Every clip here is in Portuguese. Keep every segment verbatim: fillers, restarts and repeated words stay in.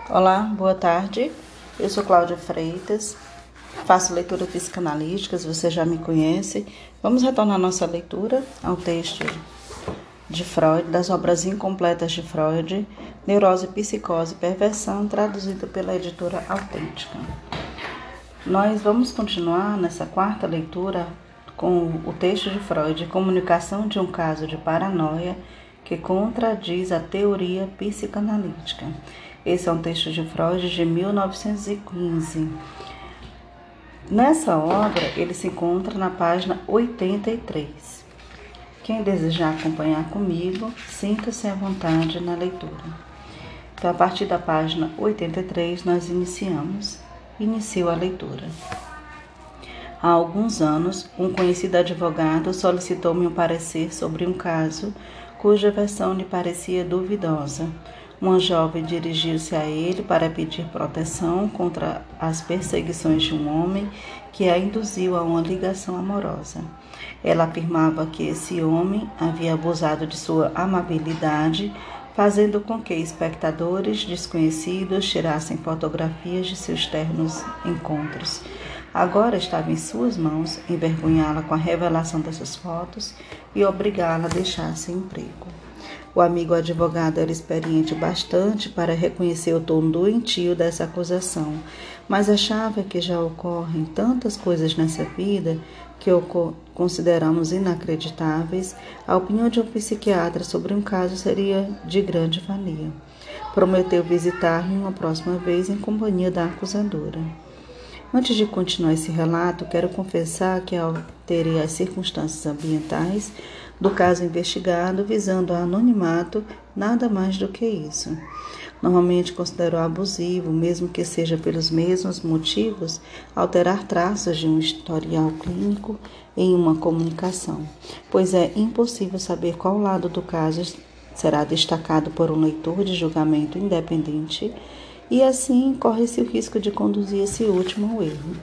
Olá, boa tarde. Eu sou Cláudia Freitas, faço leitura psicanalítica, você já me conhece. Vamos retornar nossa leitura ao texto de Freud, das obras incompletas de Freud, Neurose, Psicose e Perversão, traduzido pela editora Autêntica. Nós vamos continuar nessa quarta leitura com o texto de Freud, Comunicação de um caso de paranoia que contradiz a teoria psicanalítica. Esse é um texto de Freud de mil novecentos e quinze. Nessa obra, ele se encontra na página oitenta e três. Quem desejar acompanhar comigo, sinta-se à vontade na leitura. Então, a partir da página oitenta e três, nós iniciamos. Inicio a leitura. Há alguns anos, um conhecido advogado solicitou-me um parecer sobre um caso cuja versão lhe parecia duvidosa. Uma jovem dirigiu-se a ele para pedir proteção contra as perseguições de um homem que a induziu a uma ligação amorosa. Ela afirmava que esse homem havia abusado de sua amabilidade, fazendo com que espectadores desconhecidos tirassem fotografias de seus ternos encontros. Agora estava em suas mãos envergonhá-la com a revelação dessas fotos e obrigá-la a deixar seu emprego. O amigo advogado era experiente bastante para reconhecer o tom doentio dessa acusação, mas achava que já ocorrem tantas coisas nessa vida que consideramos inacreditáveis. A opinião de um psiquiatra sobre um caso seria de grande valia. Prometeu visitar-me uma próxima vez em companhia da acusadora. Antes de continuar esse relato, quero confessar que alterei as circunstâncias ambientais do caso investigado, visando o anonimato, nada mais do que isso. Normalmente considero abusivo, mesmo que seja pelos mesmos motivos, alterar traços de um historial clínico em uma comunicação, pois é impossível saber qual lado do caso será destacado por um leitor de julgamento independente, e assim corre-se o risco de conduzir esse último ao erro.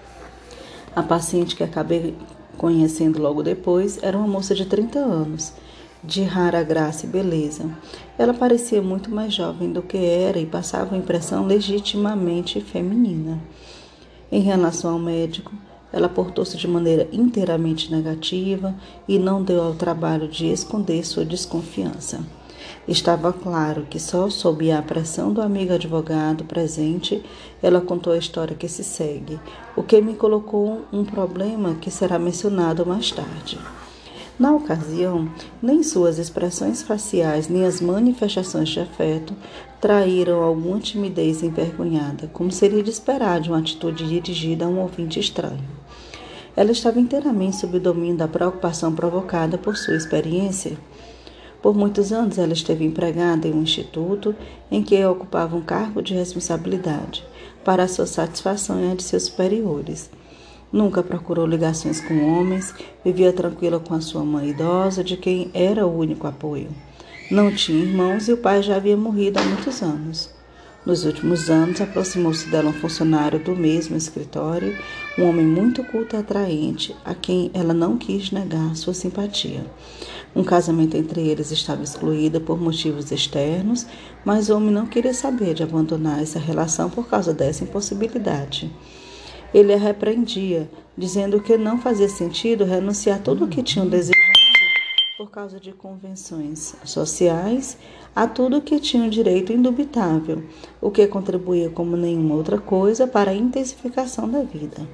A paciente que acabei conhecendo logo depois era uma moça de trinta anos, de rara graça e beleza. Ela parecia muito mais jovem do que era e passava uma impressão legitimamente feminina. Em relação ao médico, ela portou-se de maneira inteiramente negativa e não deu ao trabalho de esconder sua desconfiança. Estava claro que só sob a pressão do amigo advogado presente, ela contou a história que se segue, o que me colocou um problema que será mencionado mais tarde. Na ocasião, nem suas expressões faciais, nem as manifestações de afeto traíram alguma timidez envergonhada, como seria de esperar de uma atitude dirigida a um ouvinte estranho. Ela estava inteiramente sob o domínio da preocupação provocada por sua experiência. Por muitos anos ela esteve empregada em um instituto em que ocupava um cargo de responsabilidade, para a sua satisfação e a de seus superiores. Nunca procurou ligações com homens, vivia tranquila com a sua mãe idosa, de quem era o único apoio. Não tinha irmãos e o pai já havia morrido há muitos anos. Nos últimos anos, aproximou-se dela um funcionário do mesmo escritório, um homem muito culto e atraente, a quem ela não quis negar sua simpatia. Um casamento entre eles estava excluído por motivos externos, mas o homem não queria saber de abandonar essa relação por causa dessa impossibilidade. Ele a repreendia, dizendo que não fazia sentido renunciar a tudo o que tinham desejado por causa de convenções sociais, a tudo o que tinham direito indubitável, o que contribuía como nenhuma outra coisa para a intensificação da vida.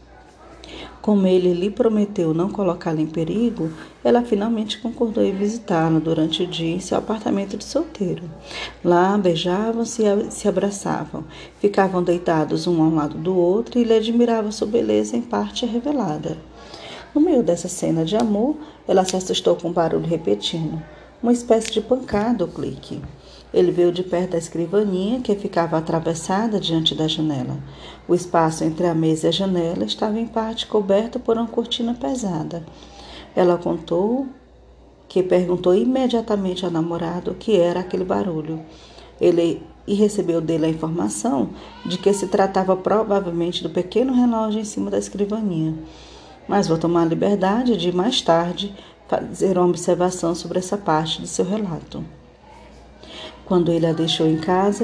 Como ele lhe prometeu não colocá-la em perigo, ela finalmente concordou em visitá-lo durante o dia em seu apartamento de solteiro. Lá beijavam-se e se abraçavam, ficavam deitados um ao lado do outro e ele admirava sua beleza em parte revelada. No meio dessa cena de amor, ela se assustou com um barulho repetindo, uma espécie de pancada ou clique. Ele veio de perto da escrivaninha, que ficava atravessada diante da janela. O espaço entre a mesa e a janela estava em parte coberto por uma cortina pesada. Ela contou que perguntou imediatamente ao namorado o que era aquele barulho. Ele e recebeu dele a informação de que se tratava provavelmente do pequeno relógio em cima da escrivaninha. Mas vou tomar a liberdade de, mais tarde, fazer uma observação sobre essa parte de seu relato. Quando ele a deixou em casa,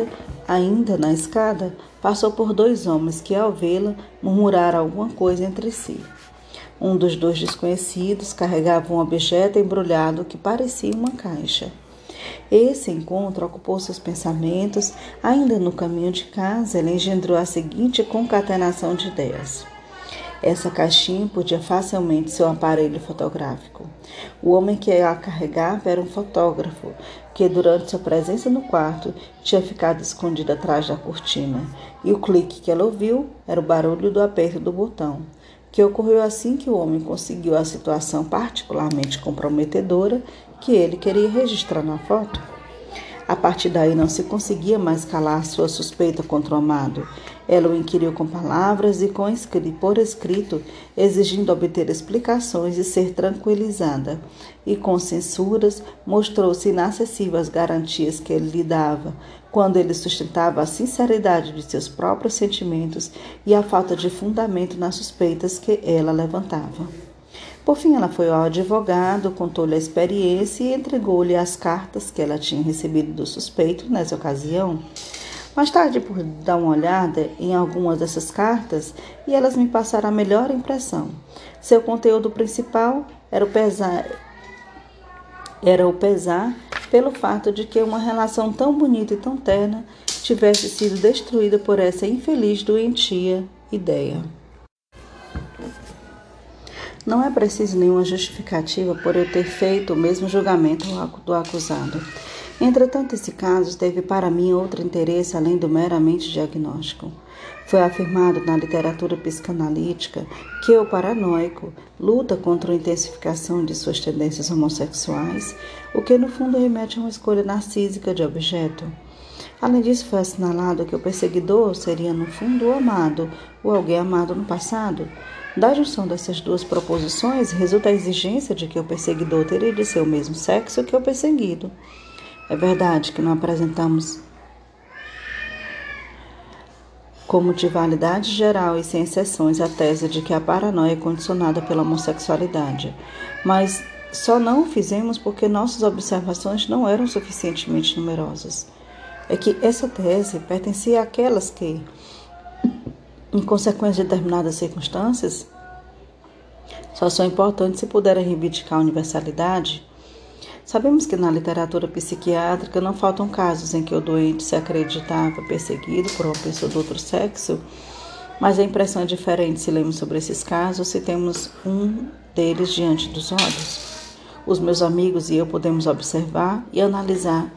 Ainda na escada, passou por dois homens que, ao vê-la, murmuraram alguma coisa entre si. Um dos dois desconhecidos carregava um objeto embrulhado que parecia uma caixa. Esse encontro ocupou seus pensamentos. Ainda no caminho de casa, ele engendrou a seguinte concatenação de ideias. Essa caixinha podia facilmente ser um aparelho fotográfico. O homem que a carregava era um fotógrafo, que durante sua presença no quarto tinha ficado escondido atrás da cortina, e o clique que ela ouviu era o barulho do aperto do botão, que ocorreu assim que o homem conseguiu a situação particularmente comprometedora que ele queria registrar na foto. A partir daí não se conseguia mais calar sua suspeita contra o amado. Ela o inquiriu com palavras e com escrito, por escrito, exigindo obter explicações e ser tranquilizada. E com censuras mostrou-se inacessível às garantias que ele lhe dava, quando ele sustentava a sinceridade de seus próprios sentimentos e a falta de fundamento nas suspeitas que ela levantava. Por fim, ela foi ao advogado, contou-lhe a experiência e entregou-lhe as cartas que ela tinha recebido do suspeito nessa ocasião. Mais tarde, por dar uma olhada em algumas dessas cartas, e elas me passaram a melhor impressão. Seu conteúdo principal era o pesar, era o pesar pelo fato de que uma relação tão bonita e tão terna tivesse sido destruída por essa infeliz, doentia ideia. Não é preciso nenhuma justificativa por eu ter feito o mesmo julgamento do acusado. Entretanto, esse caso teve para mim outro interesse além do meramente diagnóstico. Foi afirmado na literatura psicanalítica que o paranoico luta contra a intensificação de suas tendências homossexuais, o que no fundo remete a uma escolha narcísica de objeto. Além disso, foi assinalado que o perseguidor seria, no fundo, o amado, ou alguém amado no passado. Da junção dessas duas proposições, resulta a exigência de que o perseguidor teria de ser o mesmo sexo que o perseguido. É verdade que não apresentamos como de validade geral e sem exceções a tese de que a paranoia é condicionada pela homossexualidade, mas só não o fizemos porque nossas observações não eram suficientemente numerosas. É que essa tese pertencia àquelas que, em consequência de determinadas circunstâncias, só são importantes se puderem reivindicar a universalidade. Sabemos que na literatura psiquiátrica não faltam casos em que o doente se acreditava perseguido por uma pessoa do outro sexo, mas a impressão é diferente se lemos sobre esses casos ou se temos um deles diante dos olhos. Os meus amigos e eu podemos observar e analisar.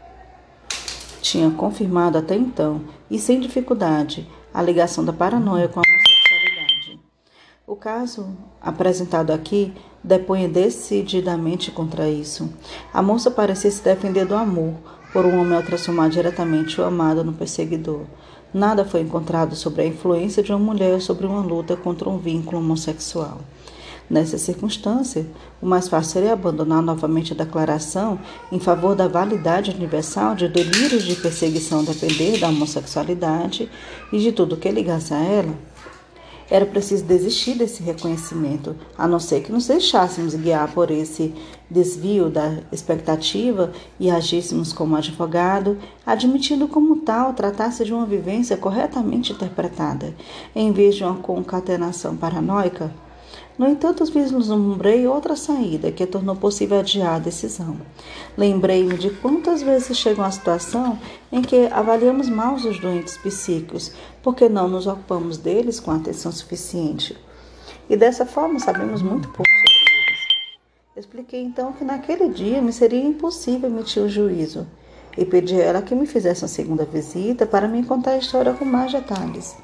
Tinha confirmado até então, e sem dificuldade, a ligação da paranoia com a homossexualidade. O caso apresentado aqui depõe decididamente contra isso. A moça parecia se defender do amor, por um homem ao transformar diretamente o amado no perseguidor. Nada foi encontrado sobre a influência de uma mulher sobre uma luta contra um vínculo homossexual. Nessa circunstância, o mais fácil seria abandonar novamente a declaração em favor da validade universal de delírios de perseguição depender da homossexualidade e de tudo que ligasse a ela. Era preciso desistir desse reconhecimento, a não ser que nos deixássemos guiar por esse desvio da expectativa e agíssemos como advogado, admitindo como tal tratasse de uma vivência corretamente interpretada, em vez de uma concatenação paranoica. No entanto, vislumbrei outra saída que tornou possível adiar a decisão. Lembrei-me de quantas vezes chega uma situação em que avaliamos mal os doentes psíquicos, porque não nos ocupamos deles com atenção suficiente. E dessa forma sabemos muito pouco sobre eles. Expliquei então que naquele dia me seria impossível emitir o juízo, e pedi a ela que me fizesse uma segunda visita para me contar a história com mais detalhes.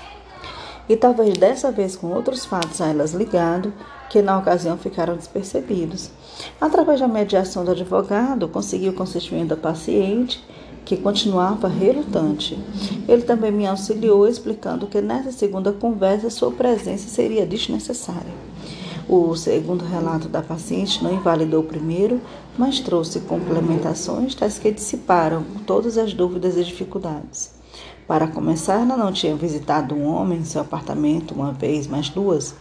E talvez dessa vez com outros fatos a elas ligados, que na ocasião ficaram despercebidos. Através da mediação do advogado, consegui o consentimento da paciente, que continuava relutante. Ele também me auxiliou, explicando que nessa segunda conversa sua presença seria desnecessária. O segundo relato da paciente não invalidou o primeiro, mas trouxe complementações tais que dissiparam todas as dúvidas e dificuldades. Para começar, ela não tinha visitado um homem em seu apartamento uma vez, mas duas.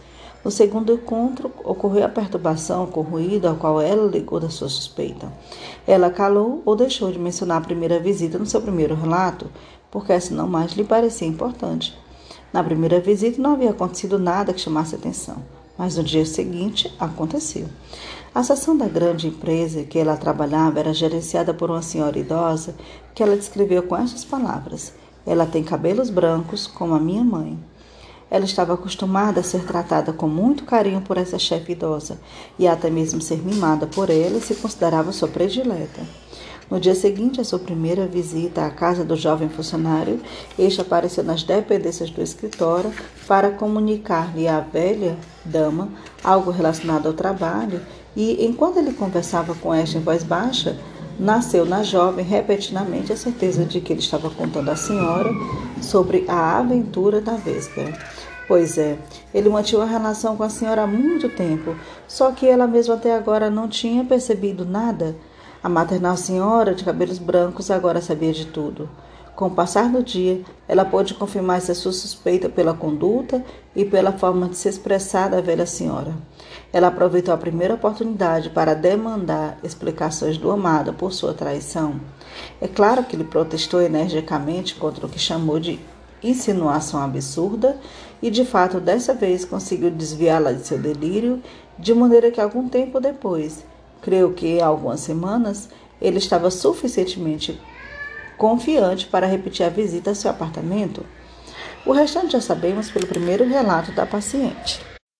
No segundo encontro, ocorreu a perturbação com o ruído ao qual ela ligou da sua suspeita. Ela calou ou deixou de mencionar a primeira visita no seu primeiro relato, porque essa não mais lhe parecia importante. Na primeira visita não havia acontecido nada que chamasse atenção, mas no dia seguinte aconteceu. A seção da grande empresa que ela trabalhava era gerenciada por uma senhora idosa que ela descreveu com estas palavras: ela tem cabelos brancos como a minha mãe. Ela estava acostumada a ser tratada com muito carinho por essa chefe idosa e até mesmo ser mimada por ela e se considerava sua predileta. No dia seguinte à sua primeira visita à casa do jovem funcionário, este apareceu nas dependências do escritório para comunicar-lhe à velha dama algo relacionado ao trabalho e, enquanto ele conversava com esta em voz baixa, nasceu na jovem repetidamente a certeza de que ele estava contando à senhora sobre a aventura da véspera. Pois é, ele mantinha uma relação com a senhora há muito tempo, só que ela mesma até agora não tinha percebido nada. A maternal senhora de cabelos brancos agora sabia de tudo. Com o passar do dia, ela pôde confirmar essa sua suspeita pela conduta e pela forma de se expressar da velha senhora. Ela aproveitou a primeira oportunidade para demandar explicações do amado por sua traição. É claro que ele protestou energicamente contra o que chamou de insinuação absurda e, de fato, dessa vez conseguiu desviá-la de seu delírio, de maneira que algum tempo depois, creio que há algumas semanas, ele estava suficientemente confiante para repetir a visita ao seu apartamento. O restante já sabemos pelo primeiro relato da paciente.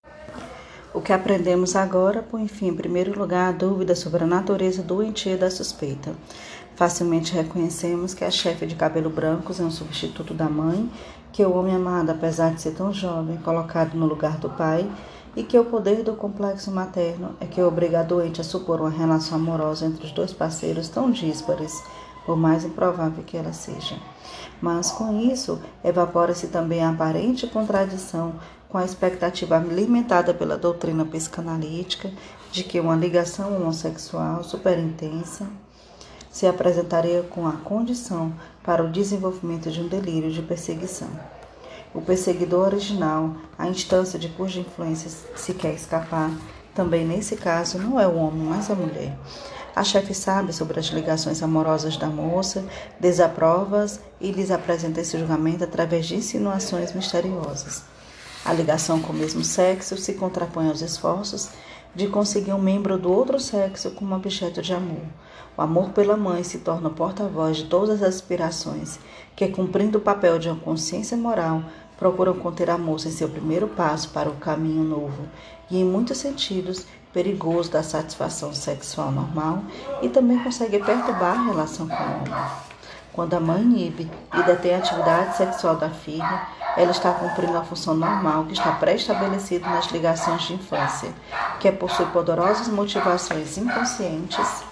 O que aprendemos agora põe fim, em primeiro lugar, a dúvida sobre a natureza doentia da suspeita. Facilmente reconhecemos que a chefe de cabelo brancos é um substituto da mãe, que o homem amado, apesar de ser tão jovem, colocado no lugar do pai, e que o poder do complexo materno é que obriga a doente a supor uma relação amorosa entre os dois parceiros tão díspares, por mais improvável que ela seja. Mas, com isso, evapora-se também a aparente contradição com a expectativa alimentada pela doutrina psicanalítica de que uma ligação homossexual superintensa se apresentaria com a condição para o desenvolvimento de um delírio de perseguição. O perseguidor original, a instância de cuja influência se quer escapar, também nesse caso não é o homem, mas a mulher. A chefe sabe sobre as ligações amorosas da moça, desaprova-as e lhes apresenta esse julgamento através de insinuações misteriosas. A ligação com o mesmo sexo se contrapõe aos esforços de conseguir um membro do outro sexo como objeto de amor. O amor pela mãe se torna o porta-voz de todas as aspirações, que, cumprindo o papel de uma consciência moral, procuram conter a moça em seu primeiro passo para o caminho novo e, em muitos sentidos, perigoso da satisfação sexual normal e também consegue perturbar a relação com o homem. Quando a mãe inibe e detém a atividade sexual da filha, ela está cumprindo a função normal que está pré-estabelecida nas ligações de infância, que possui poderosas motivações inconscientes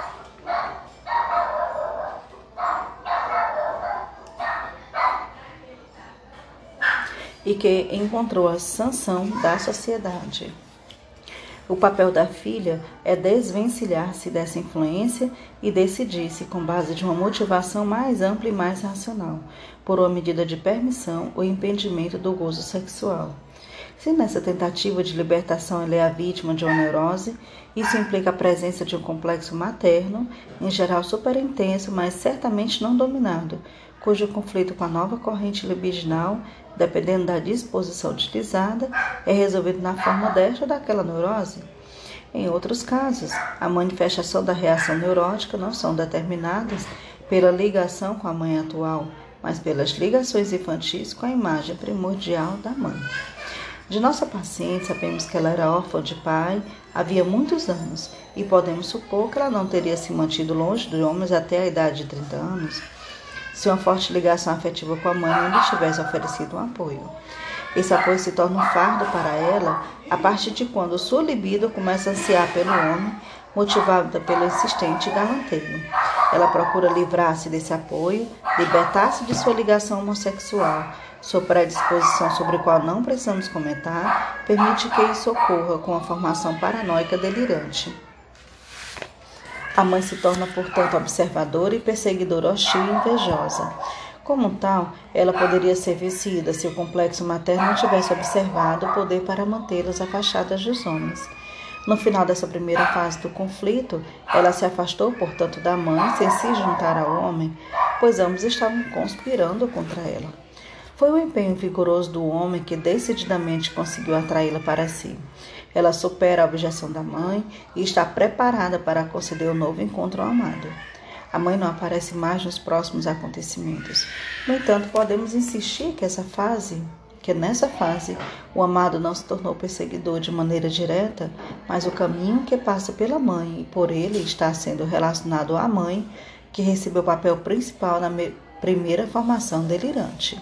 e que encontrou a sanção da sociedade. O papel da filha é desvencilhar-se dessa influência e decidir-se com base de uma motivação mais ampla e mais racional, por uma medida de permissão ou impedimento do gozo sexual. Se nessa tentativa de libertação ela é a vítima de uma neurose, isso implica a presença de um complexo materno, em geral superintenso, mas certamente não dominado, cujo conflito com a nova corrente libidinal, dependendo da disposição utilizada, é resolvido na forma desta ou daquela neurose. Em outros casos, a manifestação da reação neurótica não são determinadas pela ligação com a mãe atual, mas pelas ligações infantis com a imagem primordial da mãe. De nossa paciente, sabemos que ela era órfã de pai havia muitos anos e podemos supor que ela não teria se mantido longe de homens até a idade de trinta anos, se uma forte ligação afetiva com a mãe não lhe tivesse oferecido um apoio. Esse apoio se torna um fardo para ela a partir de quando sua libido começa a ansiar pelo homem, motivada pelo insistente galanteio. Ela procura livrar-se desse apoio, libertar-se de sua ligação homossexual. Sua predisposição, sobre a qual não precisamos comentar, permite que isso ocorra com a formação paranoica delirante. A mãe se torna, portanto, observadora e perseguidora hostil e invejosa. Como tal, ela poderia ser vencida se o complexo materno não tivesse observado o poder para mantê-las afastadas dos homens. No final dessa primeira fase do conflito, ela se afastou, portanto, da mãe, sem se juntar ao homem, pois ambos estavam conspirando contra ela. Foi o empenho vigoroso do homem que decididamente conseguiu atraí-la para si. Ela supera a objeção da mãe e está preparada para conceder o novo encontro ao amado. A mãe não aparece mais nos próximos acontecimentos. No entanto, podemos insistir que essa fase, que nessa fase, o amado não se tornou perseguidor de maneira direta, mas o caminho que passa pela mãe e por ele está sendo relacionado à mãe, que recebeu o papel principal na primeira formação delirante.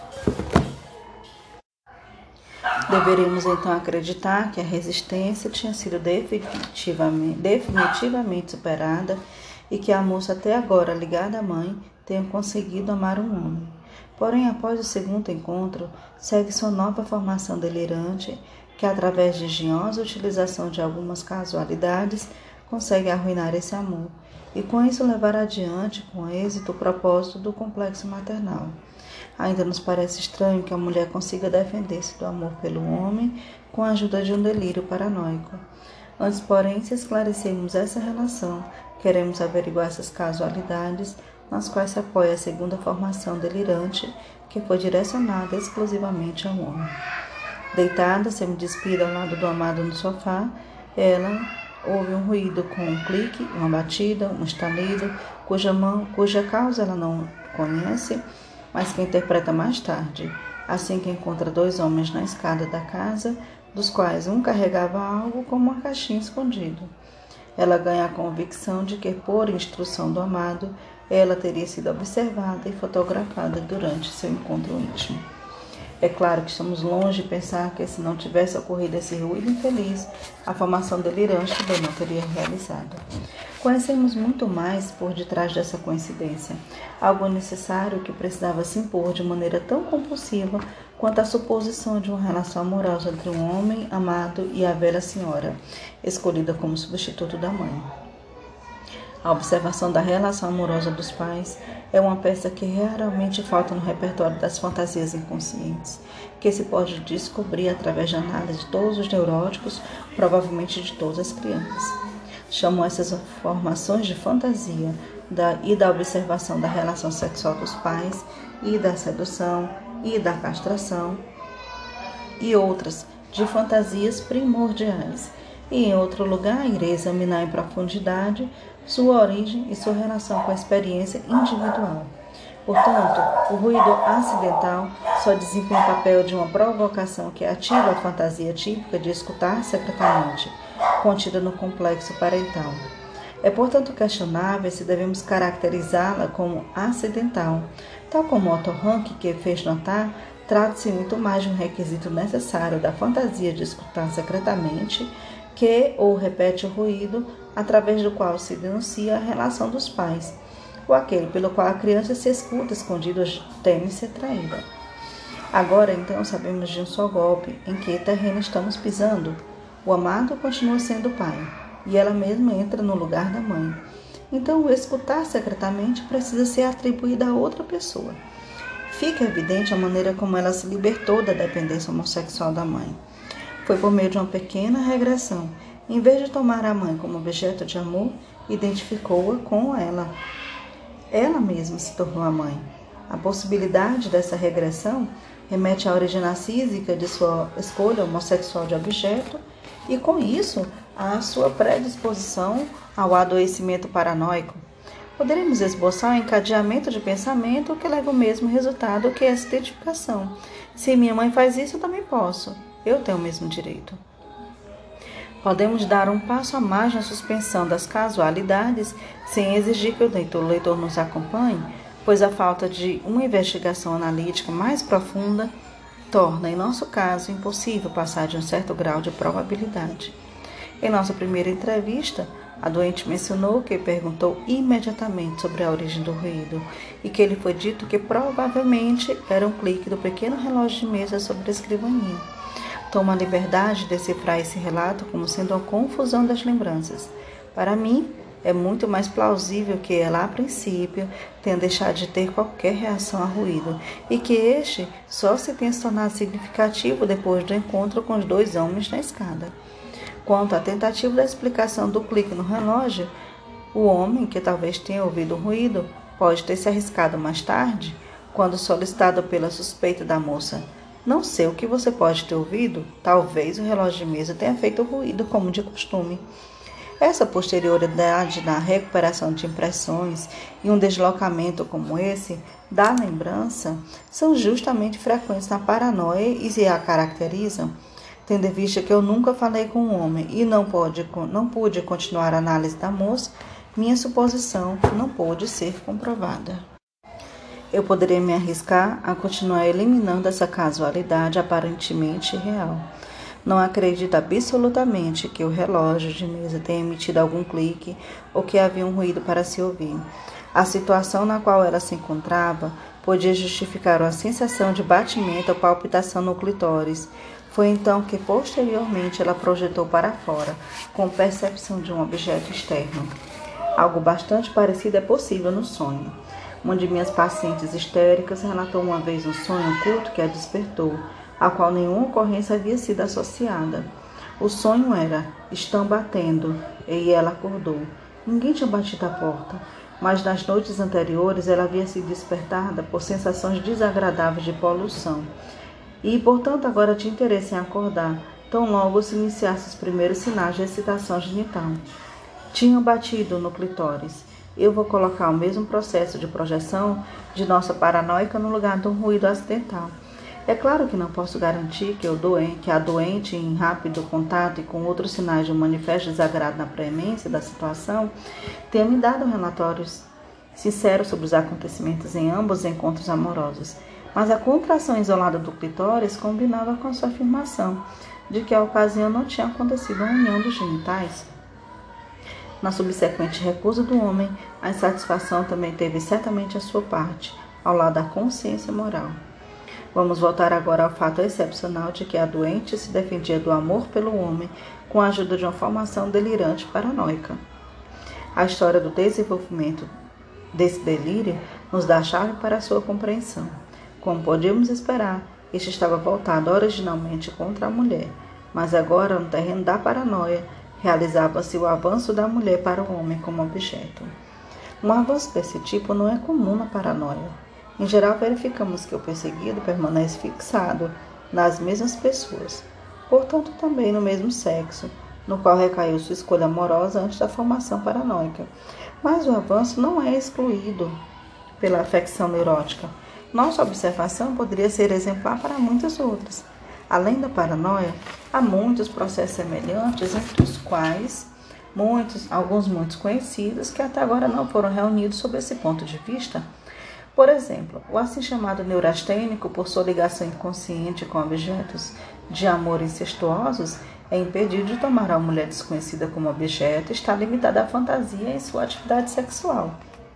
Deveríamos então acreditar que a resistência tinha sido definitivamente, definitivamente superada e que a moça até agora ligada à mãe tenha conseguido amar um homem. Porém, após o segundo encontro, segue sua nova formação delirante que, através de engenhosa utilização de algumas casualidades, consegue arruinar esse amor e com isso levar adiante com êxito o propósito do complexo maternal. Ainda nos parece estranho que a mulher consiga defender-se do amor pelo homem com a ajuda de um delírio paranoico. Antes, porém, se esclarecermos essa relação, queremos averiguar essas casualidades nas quais se apoia a segunda formação delirante, que foi direcionada exclusivamente ao homem. Deitada, semidespida ao lado do amado no sofá, ela ouve um ruído com um clique, uma batida, um estalido, cuja, mão, cuja causa ela não conhece, mas que interpreta mais tarde, assim que encontra dois homens na escada da casa, dos quais um carregava algo como uma caixinha escondido. Ela ganha a convicção de que, por instrução do amado, ela teria sido observada e fotografada durante seu encontro íntimo. É claro que estamos longe de pensar que, se não tivesse ocorrido esse ruído infeliz, a formação delirante também não teria realizado. Conhecemos muito mais por detrás dessa coincidência, algo necessário que precisava se impor de maneira tão compulsiva quanto a suposição de uma relação amorosa entre um homem amado e a velha senhora, escolhida como substituto da mãe. A observação da relação amorosa dos pais é uma peça que raramente falta no repertório das fantasias inconscientes, que se pode descobrir através da análise de todos os neuróticos, provavelmente de todas as crianças. Chamam essas formações de fantasia da, e da observação da relação sexual dos pais, e da sedução, e da castração, e outras de fantasias primordiais. E em outro lugar, irei examinar em profundidade sua origem e sua relação com a experiência individual. Portanto, o ruído acidental só desempenha o papel de uma provocação que ativa a fantasia típica de escutar secretamente, contida no complexo parental. É, portanto, questionável se devemos caracterizá-la como acidental. Tal como Otto Rank, que fez notar, trata-se muito mais de um requisito necessário da fantasia de escutar secretamente, que ou repete o ruído através do qual se denuncia a relação dos pais, ou aquele pelo qual a criança se escuta escondida ou teme ser traída. Agora, então, sabemos de um só golpe em que terreno estamos pisando. O amado continua sendo o pai, e ela mesma entra no lugar da mãe. Então, o escutar secretamente precisa ser atribuído a outra pessoa. Fica evidente a maneira como ela se libertou da dependência homossexual da mãe. Foi por meio de uma pequena regressão. Em vez de tomar a mãe como objeto de amor, identificou-a com ela. Ela mesma se tornou a mãe. A possibilidade dessa regressão remete à origem narcísica de sua escolha homossexual de objeto e, com isso, à sua predisposição ao adoecimento paranoico. Poderemos esboçar um encadeamento de pensamento que leva ao mesmo resultado que essa identificação. Se minha mãe faz isso, eu também posso. Eu tenho o mesmo direito. Podemos dar um passo a mais na suspensão das casualidades sem exigir que o leitor, o leitor nos acompanhe, pois a falta de uma investigação analítica mais profunda torna, em nosso caso, impossível passar de um certo grau de probabilidade. Em nossa primeira entrevista, a doente mencionou que perguntou imediatamente sobre a origem do ruído e que lhe foi dito que provavelmente era um clique do pequeno relógio de mesa sobre a escrivaninha. Tomo a liberdade de decifrar esse relato como sendo uma confusão das lembranças. Para mim, é muito mais plausível que ela, a princípio, tenha deixado de ter qualquer reação a ruído e que este só se tenha se tornado significativo depois do encontro com os dois homens na escada. Quanto à tentativa da explicação do clique no relógio, o homem, que talvez tenha ouvido o ruído, pode ter se arriscado mais tarde, quando solicitado pela suspeita da moça. Não sei o que você pode ter ouvido, talvez o relógio de mesa tenha feito ruído como de costume. Essa posterioridade na recuperação de impressões e um deslocamento como esse da lembrança são justamente frequentes na paranoia e se a caracterizam, tendo em vista que eu nunca falei com um homem e não, pode, não pude continuar a análise da moça, minha suposição não pôde ser comprovada. Eu poderia me arriscar a continuar eliminando essa casualidade aparentemente real. Não acredito absolutamente que o relógio de mesa tenha emitido algum clique ou que havia um ruído para se ouvir. A situação na qual ela se encontrava podia justificar uma sensação de batimento ou palpitação no clitóris. Foi então que posteriormente ela projetou para fora, com percepção de um objeto externo. Algo bastante parecido é possível no sonho. Uma de minhas pacientes histéricas relatou uma vez um sonho oculto que a despertou, a qual nenhuma ocorrência havia sido associada. O sonho era: estão batendo, e ela acordou. Ninguém tinha batido a porta, mas nas noites anteriores ela havia sido despertada por sensações desagradáveis de poluição. E, portanto, agora tinha interesse em acordar, tão logo se iniciassem os primeiros sinais de excitação genital. Tinham batido no clitóris. Eu vou colocar o mesmo processo de projeção de nossa paranoica no lugar de um ruído acidental. É claro que não posso garantir que, eu doente, que a doente, em rápido contato e com outros sinais de um manifesto desagrado na premência da situação, tenha me dado relatórios sinceros sobre os acontecimentos em ambos os encontros amorosos. Mas a contração isolada do clitóris combinava com a sua afirmação de que a ocasião não tinha acontecido uma união dos genitais. Na subsequente recusa do homem, a insatisfação também teve certamente a sua parte, ao lado da consciência moral. Vamos voltar agora ao fato excepcional de que a doente se defendia do amor pelo homem com a ajuda de uma formação delirante paranoica. A história do desenvolvimento desse delírio nos dá a chave para a sua compreensão. Como podíamos esperar, este estava voltado originalmente contra a mulher, mas agora, no terreno da paranoia, realizava-se o avanço da mulher para o homem como objeto. Um avanço desse tipo não é comum na paranoia. Em geral, verificamos que o perseguido permanece fixado nas mesmas pessoas, portanto também no mesmo sexo, no qual recaiu sua escolha amorosa antes da formação paranoica. Mas o avanço não é excluído pela afecção neurótica. Nossa observação poderia ser exemplar para muitas outras. Além da paranoia, há muitos processos semelhantes, entre os quais muitos, alguns muito conhecidos, que até agora não foram reunidos sob esse ponto de vista. Por exemplo, o assim chamado neurastênico, por sua ligação inconsciente com objetos de amor incestuosos, é impedido de tomar a mulher desconhecida como objeto e está limitado à fantasia em sua atividade sexual.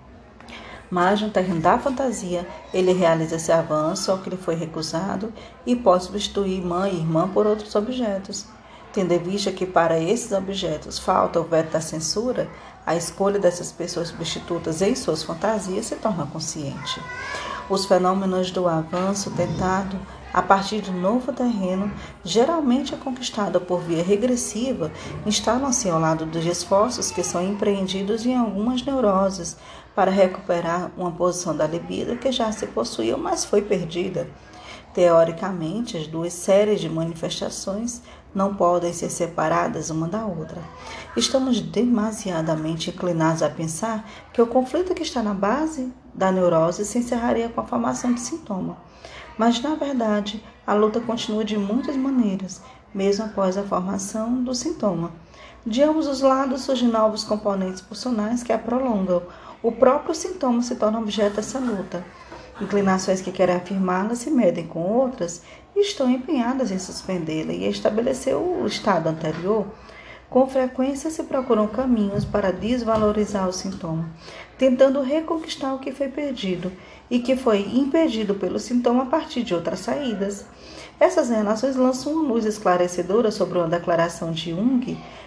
Mas, no terreno da fantasia, ele realiza esse avanço ao que lhe foi recusado e pode substituir mãe e irmã por outros objetos. Tendo em vista que para esses objetos falta o veto da censura, a escolha dessas pessoas substitutas em suas fantasias se torna consciente. Os fenômenos do avanço tentado a partir de um novo terreno, geralmente é conquistado por via regressiva, instalam-se ao lado dos esforços que são empreendidos em algumas neuroses para recuperar uma posição da libido que já se possuía, mas foi perdida. Teoricamente, as duas séries de manifestações não podem ser separadas uma da outra. Estamos demasiadamente inclinados a pensar que o conflito que está na base da neurose se encerraria com a formação de sintoma. Mas, na verdade, a luta continua de muitas maneiras, mesmo após a formação do sintoma. De ambos os lados surgem novos componentes pulsionais que a prolongam. O próprio sintoma se torna objeto dessa luta. Inclinações que querem afirmá-la se medem com outras e estão empenhadas em suspendê-la e estabelecer o estado anterior. Com frequência se procuram caminhos para desvalorizar o sintoma, tentando reconquistar o que foi perdido e que foi impedido pelo sintoma a partir de outras saídas. Essas relações lançam uma luz esclarecedora sobre uma declaração de Jung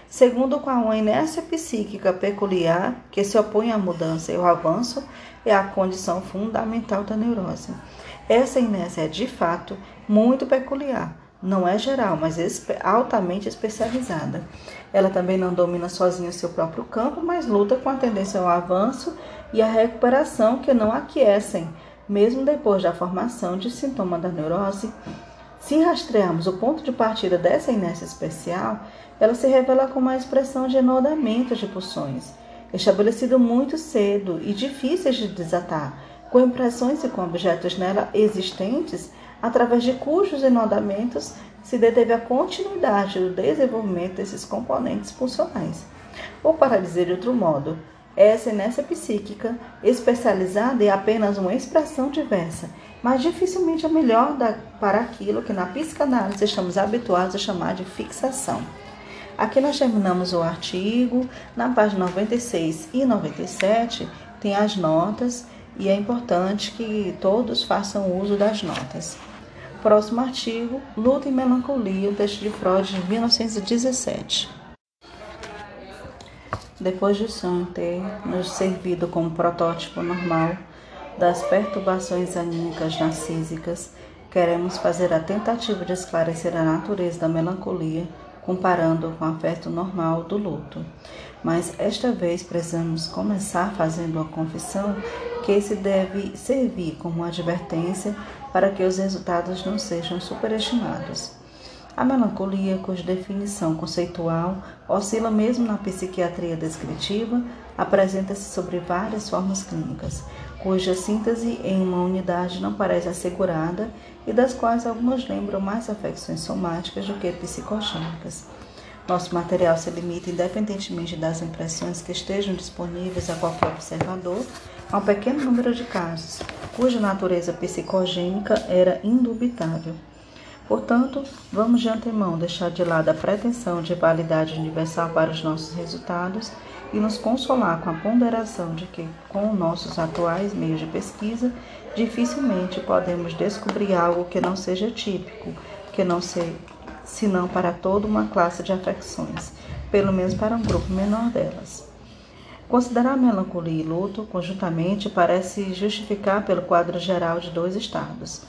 segundo o qual uma inércia psíquica peculiar que se opõe à mudança e ao avanço é a condição fundamental da neurose. Essa inércia é, de fato, muito peculiar. Não é geral, mas altamente especializada. Ela também não domina sozinha seu próprio campo, mas luta com a tendência ao avanço e à recuperação que não aquecem, mesmo depois da formação de sintoma da neurose. Se rastrearmos o ponto de partida dessa inércia especial, ela se revela como a expressão de enodamento de pulsões, estabelecido muito cedo e difíceis de desatar, com impressões e com objetos nela existentes, através de cujos enodamentos se deteve a continuidade do desenvolvimento desses componentes funcionais. Ou, para dizer de outro modo, essa inércia psíquica especializada é apenas uma expressão diversa, mas dificilmente a melhor da, para aquilo que na psicanálise estamos habituados a chamar de fixação. Aqui nós terminamos o artigo. Na página noventa e seis e noventa e sete tem as notas e é importante que todos façam uso das notas. Próximo artigo, Luto e Melancolia, o texto de Freud de mil novecentos e dezessete. Depois de o sonho ter nos servido como protótipo normal das perturbações anímicas narcísicas, queremos fazer a tentativa de esclarecer a natureza da melancolia, comparando com o afeto normal do luto. Mas esta vez precisamos começar fazendo uma confissão que esse deve servir como advertência para que os resultados não sejam superestimados. A melancolia, cuja definição conceitual oscila mesmo na psiquiatria descritiva, apresenta-se sobre várias formas clínicas, cuja síntese em uma unidade não parece assegurada e das quais algumas lembram mais afecções somáticas do que psicogênicas. Nosso material se limita, independentemente das impressões que estejam disponíveis a qualquer observador, a um pequeno número de casos, cuja natureza psicogênica era indubitável. Portanto, vamos de antemão deixar de lado a pretensão de validade universal para os nossos resultados e nos consolar com a ponderação de que, com nossos atuais meios de pesquisa, dificilmente podemos descobrir algo que não seja típico, que não seja senão para toda uma classe de afecções, pelo menos para um grupo menor delas. Considerar melancolia e luto conjuntamente parece justificar pelo quadro geral de dois estados.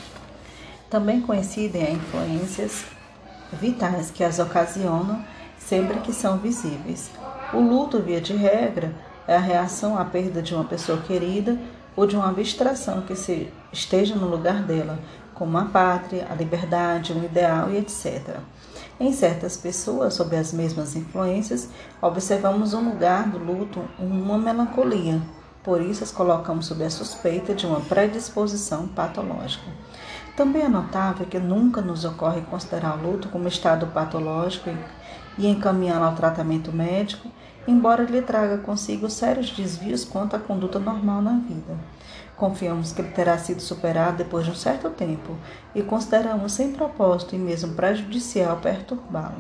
Também coincidem as influências vitais que as ocasionam sempre que são visíveis. O luto, via de regra, é a reação à perda de uma pessoa querida ou de uma abstração que se esteja no lugar dela, como a pátria, a liberdade, um ideal e etcétera. Em certas pessoas, sob as mesmas influências, observamos no lugar do luto uma melancolia, por isso as colocamos sob a suspeita de uma predisposição patológica. Também é notável que nunca nos ocorre considerar o luto como estado patológico e encaminhá-lo ao tratamento médico, embora lhe traga consigo sérios desvios quanto à conduta normal na vida. Confiamos que ele terá sido superado depois de um certo tempo e consideramos sem propósito e mesmo prejudicial perturbá-lo.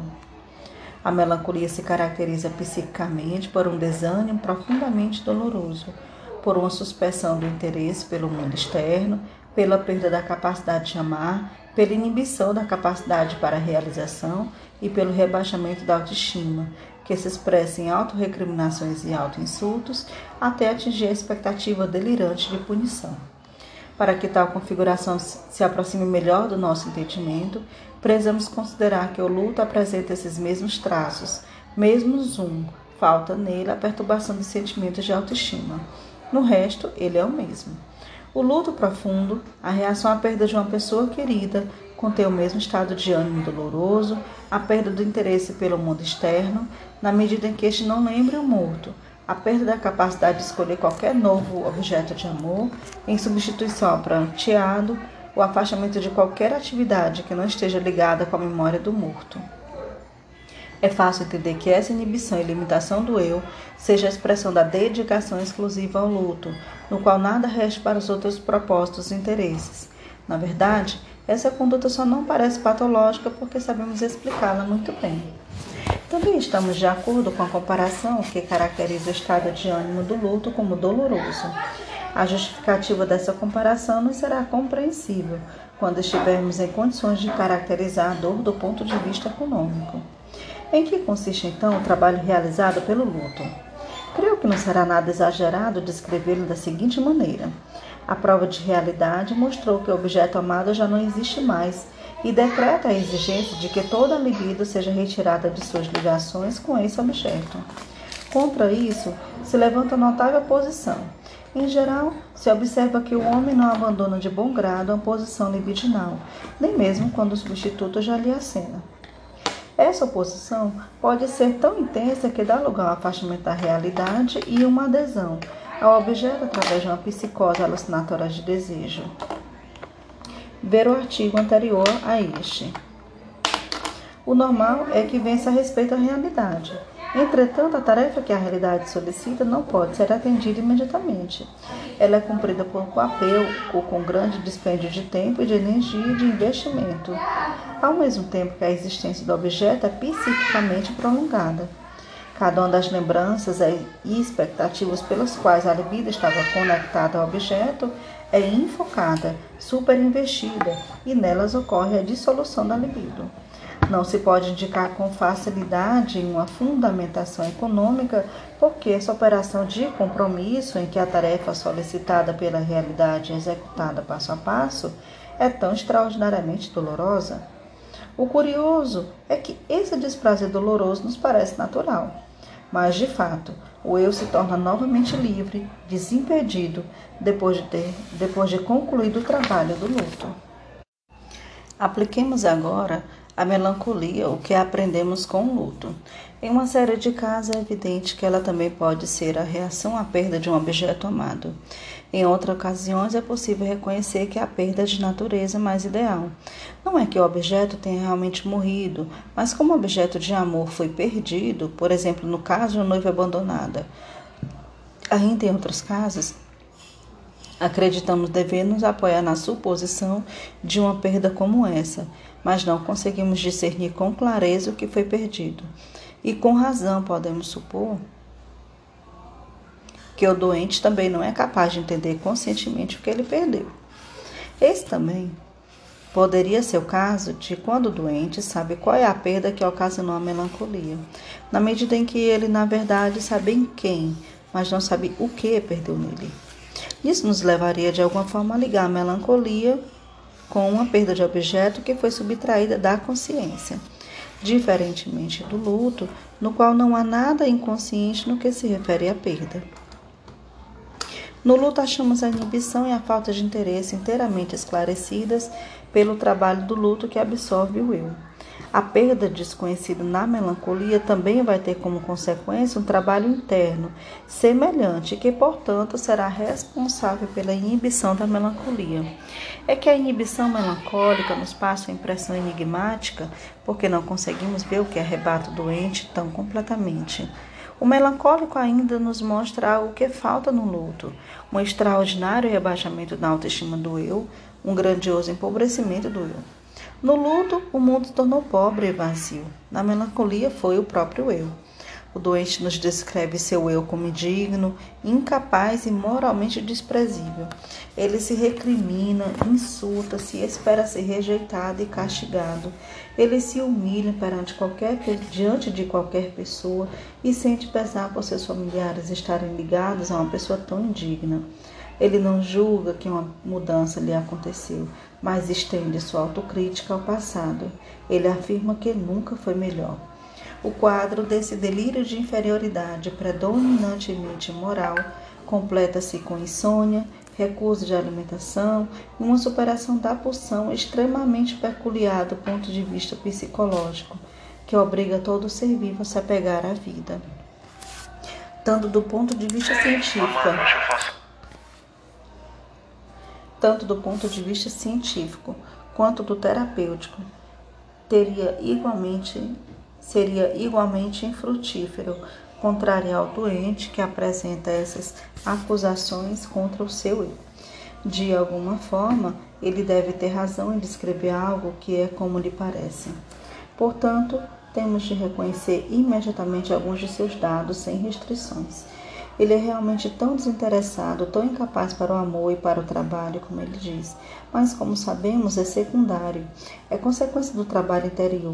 A melancolia se caracteriza psiquicamente por um desânimo profundamente doloroso, por uma suspensão do interesse pelo mundo externo, pela perda da capacidade de amar, pela inibição da capacidade para a realização e pelo rebaixamento da autoestima, que se expressa em autorrecriminações e autoinsultos, até atingir a expectativa delirante de punição. Para que tal configuração se aproxime melhor do nosso entendimento, precisamos considerar que o luto apresenta esses mesmos traços, mesmos um, falta nele a perturbação dos sentimentos de autoestima. No resto, ele é o mesmo. O luto profundo, a reação à perda de uma pessoa querida, contém o mesmo estado de ânimo doloroso, a perda do interesse pelo mundo externo, na medida em que este não lembre o morto, a perda da capacidade de escolher qualquer novo objeto de amor, em substituição ao pranteado, o afastamento de qualquer atividade que não esteja ligada com a memória do morto. É fácil entender que essa inibição e limitação do eu seja a expressão da dedicação exclusiva ao luto, no qual nada resta para os outros propósitos e interesses. Na verdade, essa conduta só não parece patológica porque sabemos explicá-la muito bem. Também estamos de acordo com a comparação que caracteriza o estado de ânimo do luto como doloroso. A justificativa dessa comparação nos será compreensível quando estivermos em condições de caracterizar a dor do ponto de vista econômico. Em que consiste então o trabalho realizado pelo luto? Creio que não será nada exagerado descrevê-lo da seguinte maneira. A prova de realidade mostrou que o objeto amado já não existe mais e decreta a exigência de que toda a libido seja retirada de suas ligações com esse objeto. Contra isso, se levanta notável oposição. Em geral, se observa que o homem não abandona de bom grado a posição libidinal, nem mesmo quando o substituto já lhe acena. Essa oposição pode ser tão intensa que dá lugar ao afastamento da realidade e uma adesão ao objeto através de uma psicose alucinatória de desejo. Ver o artigo anterior a este. O normal é que vença a respeito à realidade. Entretanto, a tarefa que a realidade solicita não pode ser atendida imediatamente. Ela é cumprida por papel ou com grande dispêndio de tempo e de energia e de investimento, ao mesmo tempo que a existência do objeto é psiquicamente prolongada. Cada uma das lembranças e expectativas pelas quais a libido estava conectada ao objeto é enfocada, superinvestida, e nelas ocorre a dissolução da libido. Não se pode indicar com facilidade uma fundamentação econômica, porque essa operação de compromisso, em que a tarefa solicitada pela realidade é executada passo a passo, é tão extraordinariamente dolorosa. O curioso é que esse desprazer doloroso nos parece natural, mas, de fato, o eu se torna novamente livre, desimpedido, depois de ter, depois de concluído o trabalho do luto. Apliquemos agora a melancolia, o que aprendemos com o luto. Em uma série de casos é evidente que ela também pode ser a reação à perda de um objeto amado. Em outras ocasiões é possível reconhecer que a perda é de natureza mais ideal. Não é que o objeto tenha realmente morrido, mas como o objeto de amor foi perdido, por exemplo, no caso de uma noiva abandonada. Ainda em outros casos, acreditamos dever nos apoiar na suposição de uma perda como essa, mas não conseguimos discernir com clareza o que foi perdido. E com razão podemos supor que o doente também não é capaz de entender conscientemente o que ele perdeu. Esse também poderia ser o caso de quando o doente sabe qual é a perda que ocasionou a melancolia, na medida em que ele, na verdade, sabe em quem, mas não sabe o que perdeu nele. Isso nos levaria, de alguma forma, a ligar a melancolia com uma perda de objeto que foi subtraída da consciência, diferentemente do luto, no qual não há nada inconsciente no que se refere à perda. No luto, achamos a inibição e a falta de interesse inteiramente esclarecidas pelo trabalho do luto que absorve o eu. A perda desconhecida na melancolia também vai ter como consequência um trabalho interno semelhante, que, portanto, será responsável pela inibição da melancolia. É que a inibição melancólica nos passa uma impressão enigmática, porque não conseguimos ver o que arrebata o doente tão completamente. O melancólico ainda nos mostra algo que falta no luto, um extraordinário rebaixamento da autoestima do eu, um grandioso empobrecimento do eu. No luto, o mundo se tornou pobre e vazio. Na melancolia, foi o próprio eu. O doente nos descreve seu eu como indigno, incapaz e moralmente desprezível. Ele se recrimina, insulta-se, espera ser rejeitado e castigado. Ele se humilha perante qualquer, diante de qualquer pessoa e sente pesar por seus familiares estarem ligados a uma pessoa tão indigna. Ele não julga que uma mudança lhe aconteceu, mas estende sua autocrítica ao passado. Ele afirma que nunca foi melhor. O quadro desse delírio de inferioridade predominantemente moral completa-se com insônia, recusa de alimentação e uma superação da pulsão extremamente peculiar do ponto de vista psicológico, que obriga todo ser vivo a se apegar à vida. Tanto do ponto de vista científico, tanto do ponto de vista científico quanto do terapêutico, teria igualmente, seria igualmente infrutífero contrariar ao doente que apresenta essas acusações contra o seu eu. De alguma forma, ele deve ter razão em descrever algo que é como lhe parece. Portanto, temos de reconhecer imediatamente alguns de seus dados sem restrições. Ele é realmente tão desinteressado, tão incapaz para o amor e para o trabalho, como ele diz, mas, como sabemos, é secundário, é consequência do trabalho interior.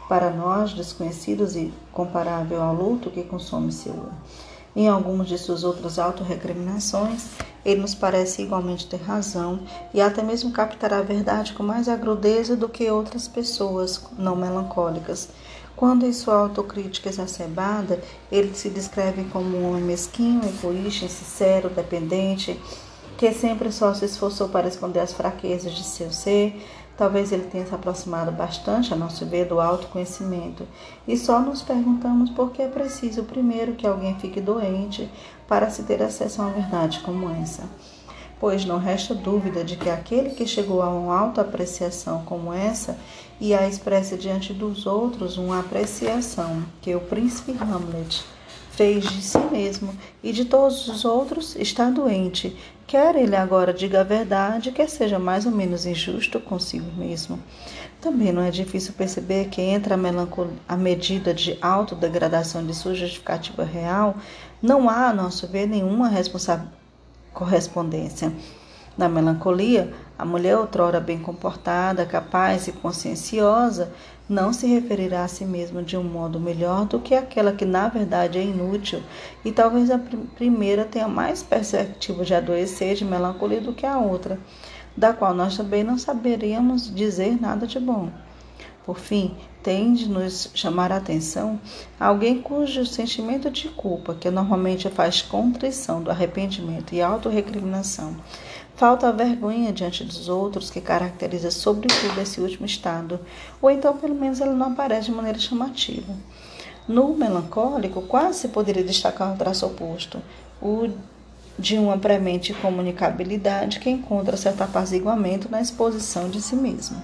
para nós desconhecidos e comparável ao luto que consome seu eu. Em algumas de suas outras autorrecriminações, ele nos parece igualmente ter razão e até mesmo captar a verdade com mais agrudeza do que outras pessoas não melancólicas. Quando em sua autocrítica exacerbada, ele se descreve como um homem mesquinho, egoísta, insincero, dependente, que sempre só se esforçou para esconder as fraquezas de seu ser. Talvez ele tenha se aproximado bastante, a nosso ver, do autoconhecimento. E só nos perguntamos por que é preciso primeiro que alguém fique doente para se ter acesso a uma verdade como essa. Pois não resta dúvida de que aquele que chegou a uma autoapreciação como essa e a expressa diante dos outros uma apreciação que o príncipe Hamlet fez de si mesmo e de todos os outros, está doente, quer ele agora diga a verdade, quer seja mais ou menos injusto consigo mesmo. Também não é difícil perceber que entre a, melancolia, a medida de autodegradação de sua justificativa real, não há, a nosso ver, nenhuma correspondência. Na melancolia, a mulher outrora bem comportada, capaz e conscienciosa, não se referirá a si mesma de um modo melhor do que aquela que na verdade é inútil, e talvez a pr- primeira tenha mais perspectiva de adoecer de melancolia do que a outra, da qual nós também não saberíamos dizer nada de bom. Por fim, tem de nos chamar a atenção alguém cujo sentimento de culpa, que normalmente faz contrição do arrependimento e autorrecriminação, falta a vergonha diante dos outros, que caracteriza sobretudo esse último estado, ou então pelo menos ela não aparece de maneira chamativa. No melancólico, quase se poderia destacar o traço oposto, o de uma premente comunicabilidade que encontra certo apaziguamento na exposição de si mesmo.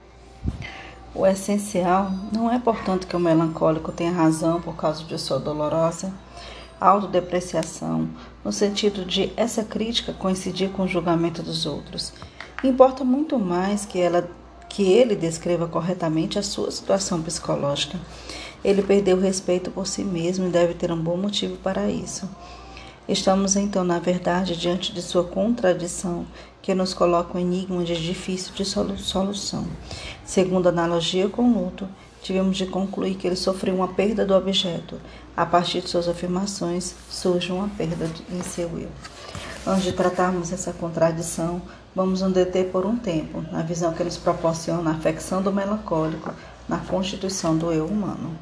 O essencial não é, portanto, que o melancólico tenha razão por causa de sua dolorosa autodepreciação, no sentido de essa crítica coincidir com o julgamento dos outros. Importa muito mais que, ela, que ele descreva corretamente a sua situação psicológica. Ele perdeu o respeito por si mesmo e deve ter um bom motivo para isso. Estamos, então, na verdade, diante de sua contradição, que nos coloca um enigma de difícil de solução. Segundo a analogia com o luto, tivemos de concluir que ele sofreu uma perda do objeto. A partir de suas afirmações, surge uma perda em seu eu. Antes de tratarmos essa contradição, vamos nos deter por um tempo na visão que nos proporciona a afecção do melancólico na constituição do eu humano.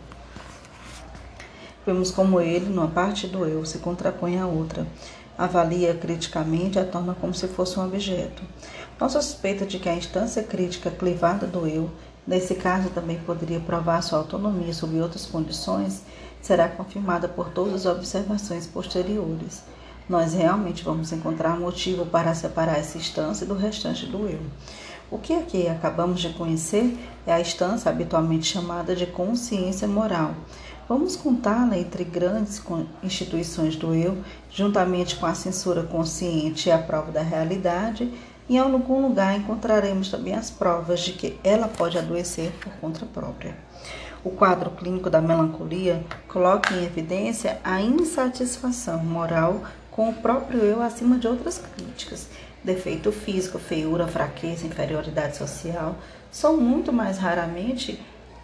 Vemos como ele, numa parte do eu, se contrapõe à outra, avalia criticamente e a torna como se fosse um objeto. Nossa suspeita de que a instância crítica clivada do eu, nesse caso também poderia provar sua autonomia sob outras condições, será confirmada por todas as observações posteriores. Nós realmente vamos encontrar motivo para separar essa instância do restante do eu. O que aqui acabamos de conhecer é a instância habitualmente chamada de consciência moral. Vamos contá-la entre grandes instituições do eu, juntamente com a censura consciente e a prova da realidade, e em algum lugar encontraremos também as provas de que ela pode adoecer por conta própria. O quadro clínico da melancolia coloca em evidência a insatisfação moral com o próprio eu acima de outras críticas. Defeito físico, feiura, fraqueza, inferioridade social são muito mais raramente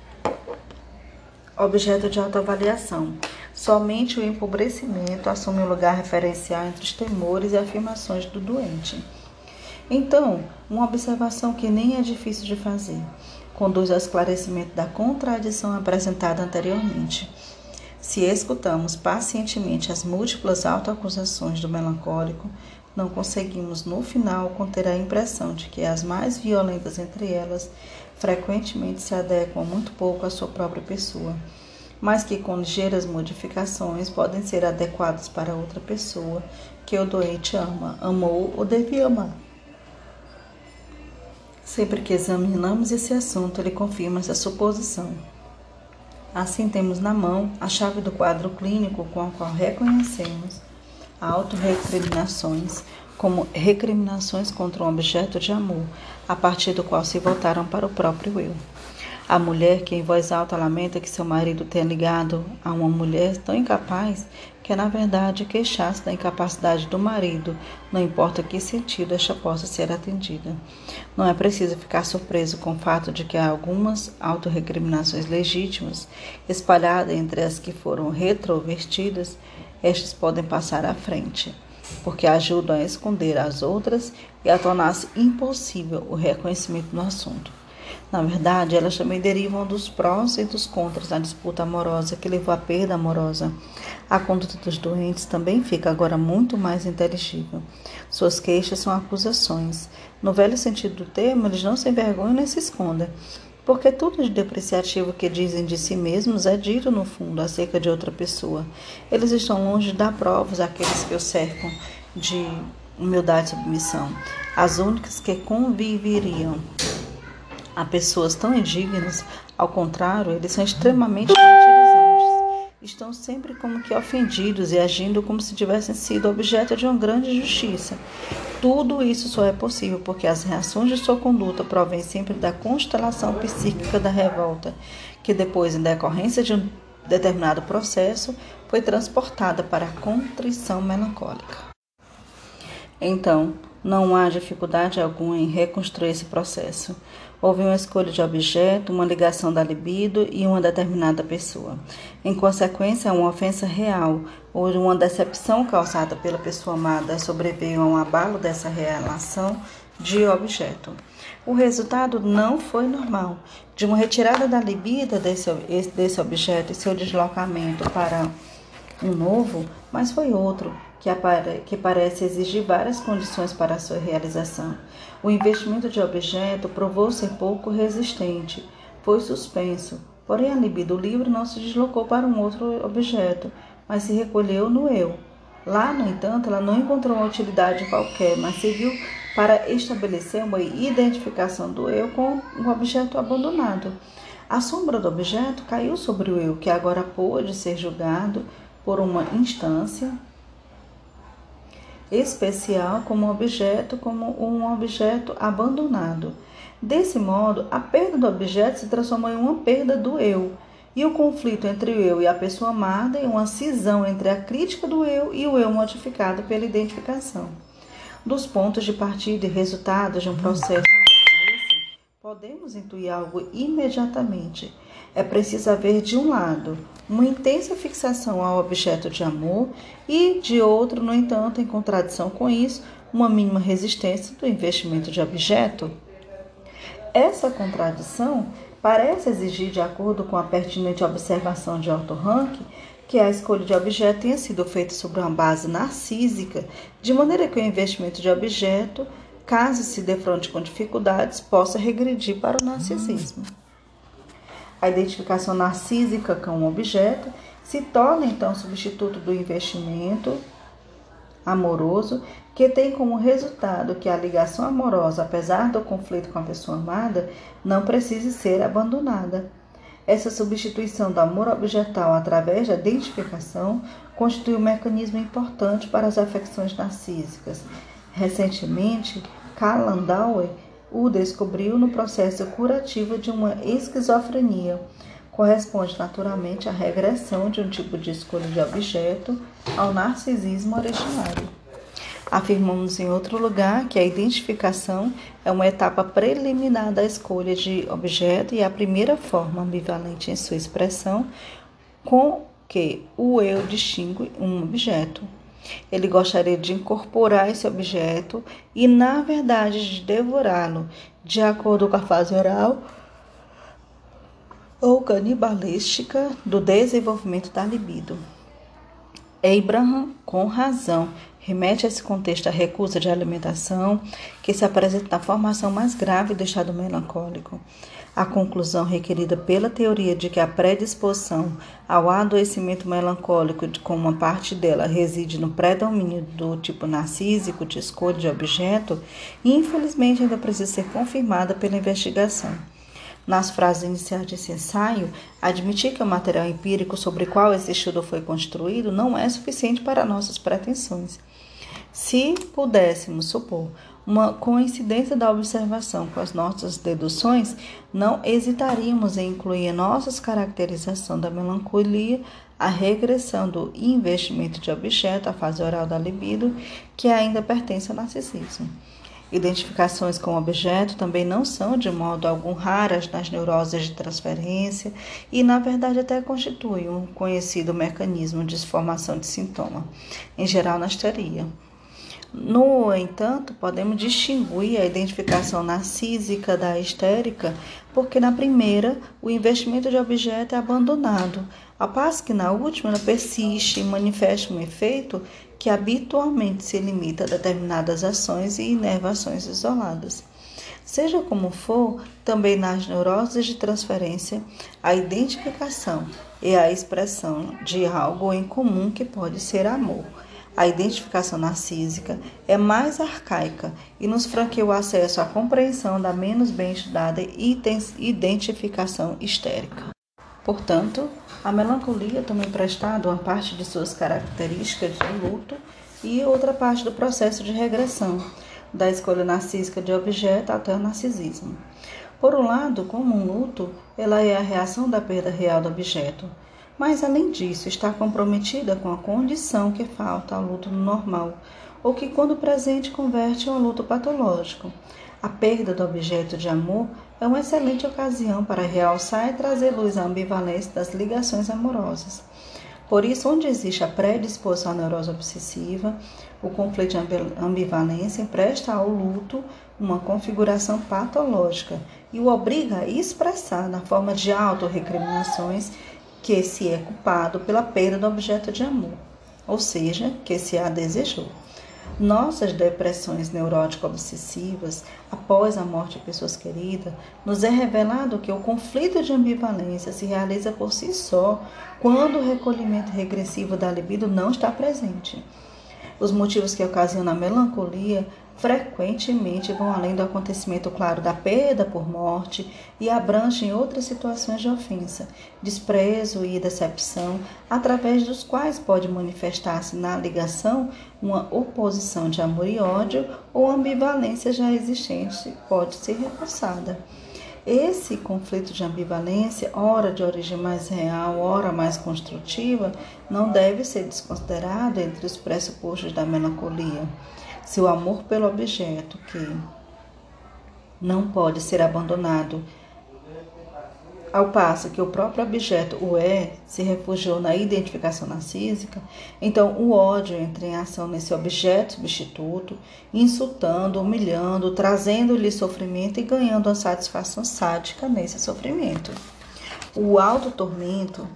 objeto de autoavaliação. Somente o empobrecimento assume um lugar referencial entre os temores e afirmações do doente. Então, uma observação que nem é difícil de fazer, conduz ao esclarecimento da contradição apresentada anteriormente. Se escutamos pacientemente as múltiplas autoacusações do melancólico, não conseguimos, no final, conter a impressão de que as mais violentas entre elas frequentemente se adequam muito pouco à sua própria pessoa, mas que com ligeiras modificações podem ser adequadas para outra pessoa que o doente ama, amou ou devia amar. Sempre que examinamos esse assunto, ele confirma essa suposição. Assim, temos na mão a chave do quadro clínico com a qual reconhecemos autorrecriminações como recriminações contra um objeto de amor, a partir do qual se voltaram para o próprio eu. A mulher que em voz alta lamenta que seu marido tenha ligado a uma mulher tão incapaz que na verdade queixar-se da incapacidade do marido, não importa que sentido esta possa ser atendida. Não é preciso ficar surpreso com o fato de que há algumas autorrecriminações legítimas, espalhadas entre as que foram retrovertidas, estas podem passar à frente, porque ajudam a esconder as outras e a tornar-se impossível o reconhecimento do assunto. Na verdade, elas também derivam dos prós e dos contras na disputa amorosa que levou à perda amorosa. A conduta dos doentes também fica agora muito mais inteligível. Suas queixas são acusações. No velho sentido do termo, eles não se envergonham nem se escondem, porque tudo de depreciativo que dizem de si mesmos é dito, no fundo, acerca de outra pessoa. Eles estão longe de dar provas àqueles que os cercam de humildade e submissão, as únicas que conviveriam a pessoas tão indignas. Ao contrário, eles são extremamente martirizantes. Estão sempre como que ofendidos e agindo como se tivessem sido objeto de uma grande justiça. Tudo isso só é possível porque as reações de sua conduta provêm sempre da constelação psíquica da revolta, que depois, em decorrência de um determinado processo, foi transportada para a contrição melancólica. Então, não há dificuldade alguma em reconstruir esse processo. Houve uma escolha de objeto, uma ligação da libido e uma determinada pessoa. Em consequência, uma ofensa real ou uma decepção causada pela pessoa amada sobreveio a um abalo dessa relação de objeto. O resultado não foi normal. De uma retirada da libido desse, desse objeto e seu deslocamento para um novo, mas foi outro, que, apare, que parece exigir várias condições para a sua realização. O investimento de objeto provou ser pouco resistente, foi suspenso, porém a libido livre não se deslocou para um outro objeto, mas se recolheu no eu. Lá, no entanto, ela não encontrou uma utilidade qualquer, mas serviu para estabelecer uma identificação do eu com um objeto abandonado. A sombra do objeto caiu sobre o eu, que agora pôde ser julgado por uma instância especial como objeto, como um objeto abandonado. Desse modo, a perda do objeto se transformou em uma perda do eu, e o conflito entre o eu e a pessoa amada em uma cisão entre a crítica do eu e o eu modificado pela identificação. Dos pontos de partida e resultados de um processo como esse, podemos intuir algo imediatamente. É preciso haver, de um lado, uma intensa fixação ao objeto de amor e, de outro, no entanto, em contradição com isso, uma mínima resistência do investimento de objeto. Essa contradição parece exigir, de acordo com a pertinente observação de Otto Rank, que a escolha de objeto tenha sido feita sobre uma base narcísica, de maneira que o investimento de objeto, caso se defronte com dificuldades, possa regredir para o narcisismo. A identificação narcísica com um objeto se torna, então, substituto do investimento amoroso, que tem como resultado que a ligação amorosa, apesar do conflito com a pessoa amada, não precise ser abandonada. Essa substituição do amor objetal através da identificação constitui um mecanismo importante para as afecções narcísicas. Recentemente, Karl Landauer o descobriu no processo curativo de uma esquizofrenia. Corresponde naturalmente à regressão de um tipo de escolha de objeto ao narcisismo originário. Afirmamos em outro lugar que a identificação é uma etapa preliminar da escolha de objeto e a primeira forma ambivalente em sua expressão com que o eu distingue um objeto. Ele gostaria de incorporar esse objeto e, na verdade, de devorá-lo, de acordo com a fase oral ou canibalística do desenvolvimento da libido. Abraham, com razão, remete a esse contexto a recusa de alimentação que se apresenta na formação mais grave do estado melancólico. A conclusão requerida pela teoria de que a predisposição ao adoecimento melancólico, como uma parte dela reside no predomínio do tipo narcísico de escolha de objeto, infelizmente ainda precisa ser confirmada pela investigação. Nas frases iniciais desse ensaio, admitir que o material empírico sobre o qual esse estudo foi construído não é suficiente para nossas pretensões. Se pudéssemos supor uma coincidência da observação com as nossas deduções, não hesitaríamos em incluir em nossas caracterização da melancolia a regressão do investimento de objeto à fase oral da libido, que ainda pertence ao narcisismo. Identificações com o objeto também não são, de modo algum, raras nas neuroses de transferência e, na verdade, até constituem um conhecido mecanismo de formação de sintoma, em geral na histeria. No entanto, podemos distinguir a identificação narcísica da histérica, porque na primeira, o investimento de objeto é abandonado, ao passo que na última ela persiste e manifesta um efeito que habitualmente se limita a determinadas ações e inervações isoladas. Seja como for, também nas neuroses de transferência, a identificação é a expressão de algo em comum que pode ser amor. A identificação narcísica é mais arcaica e nos franqueia o acesso à compreensão da menos bem estudada identificação histérica. Portanto, a melancolia toma emprestado uma parte de suas características de luto e outra parte do processo de regressão, da escolha narcísica de objeto até o narcisismo. Por um lado, como um luto, ela é a reação da perda real do objeto, mas, além disso, está comprometida com a condição que falta ao luto normal, ou que, quando presente, converte em um luto patológico. A perda do objeto de amor é uma excelente ocasião para realçar e trazer luz à ambivalência das ligações amorosas. Por isso, onde existe a predisposição à neurose obsessiva, o conflito de ambivalência empresta ao luto uma configuração patológica e o obriga a expressar na forma de autorrecriminações que se é culpado pela perda do objeto de amor, ou seja, que se a desejou. Nossas depressões neurótico-obsessivas, após a morte de pessoas queridas, nos é revelado que o conflito de ambivalência se realiza por si só quando o recolhimento regressivo da libido não está presente. Os motivos que ocasionam a melancolia frequentemente vão além do acontecimento claro da perda por morte e abrangem outras situações de ofensa, desprezo e decepção, através dos quais pode manifestar-se na ligação uma oposição de amor e ódio ou ambivalência já existente pode ser reforçada. Esse conflito de ambivalência, ora de origem mais real, ora mais construtiva, não deve ser desconsiderado entre os pressupostos da melancolia. Se o amor pelo objeto, que não pode ser abandonado, ao passo que o próprio objeto, o é, se refugiou na identificação narcísica, então o ódio entra em ação nesse objeto substituto, insultando, humilhando, trazendo-lhe sofrimento e ganhando uma satisfação sádica nesse sofrimento. O autotormento,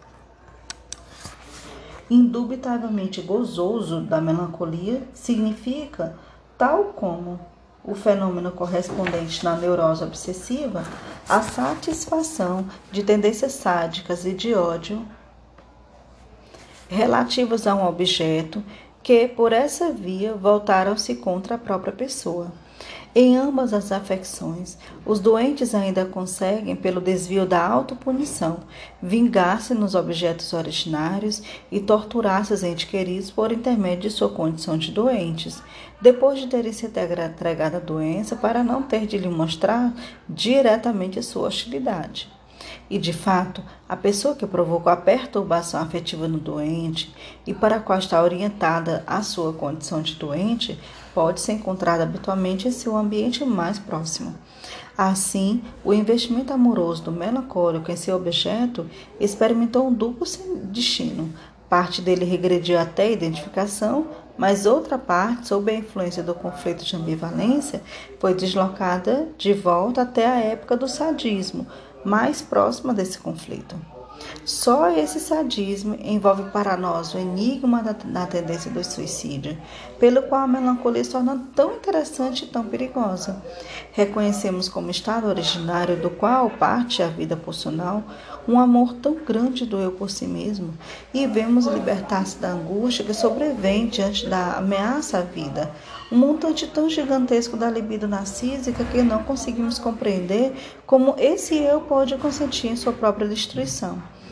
indubitavelmente gozoso da melancolia, significa, tal como o fenômeno correspondente na neurose obsessiva, a satisfação de tendências sádicas e de ódio relativas a um objeto que, por essa via, voltaram-se contra a própria pessoa. Em ambas as afecções, os doentes ainda conseguem, pelo desvio da autopunição, vingar-se nos objetos originários e torturar seus entes queridos por intermédio de sua condição de doentes, depois de terem se entregado à doença para não ter de lhe mostrar diretamente sua hostilidade. E, de fato, a pessoa que provocou a perturbação afetiva no doente e para a qual está orientada a sua condição de doente pode ser encontrada habitualmente em seu ambiente mais próximo. Assim, o investimento amoroso do melancólico em seu objeto experimentou um duplo destino. Parte dele regrediu até a identificação, mas outra parte, sob a influência do conflito de ambivalência, foi deslocada de volta até a época do sadismo, mais próxima desse conflito. Só esse sadismo envolve para nós o enigma da, da tendência do suicídio, pelo qual a melancolia se torna tão interessante e tão perigosa. Reconhecemos como estado originário do qual parte a vida pulsional um amor tão grande do eu por si mesmo e vemos libertar-se da angústia que sobrevém diante da ameaça à vida, um montante tão gigantesco da libido narcísica que não conseguimos compreender como esse eu pode consentir em sua própria destruição.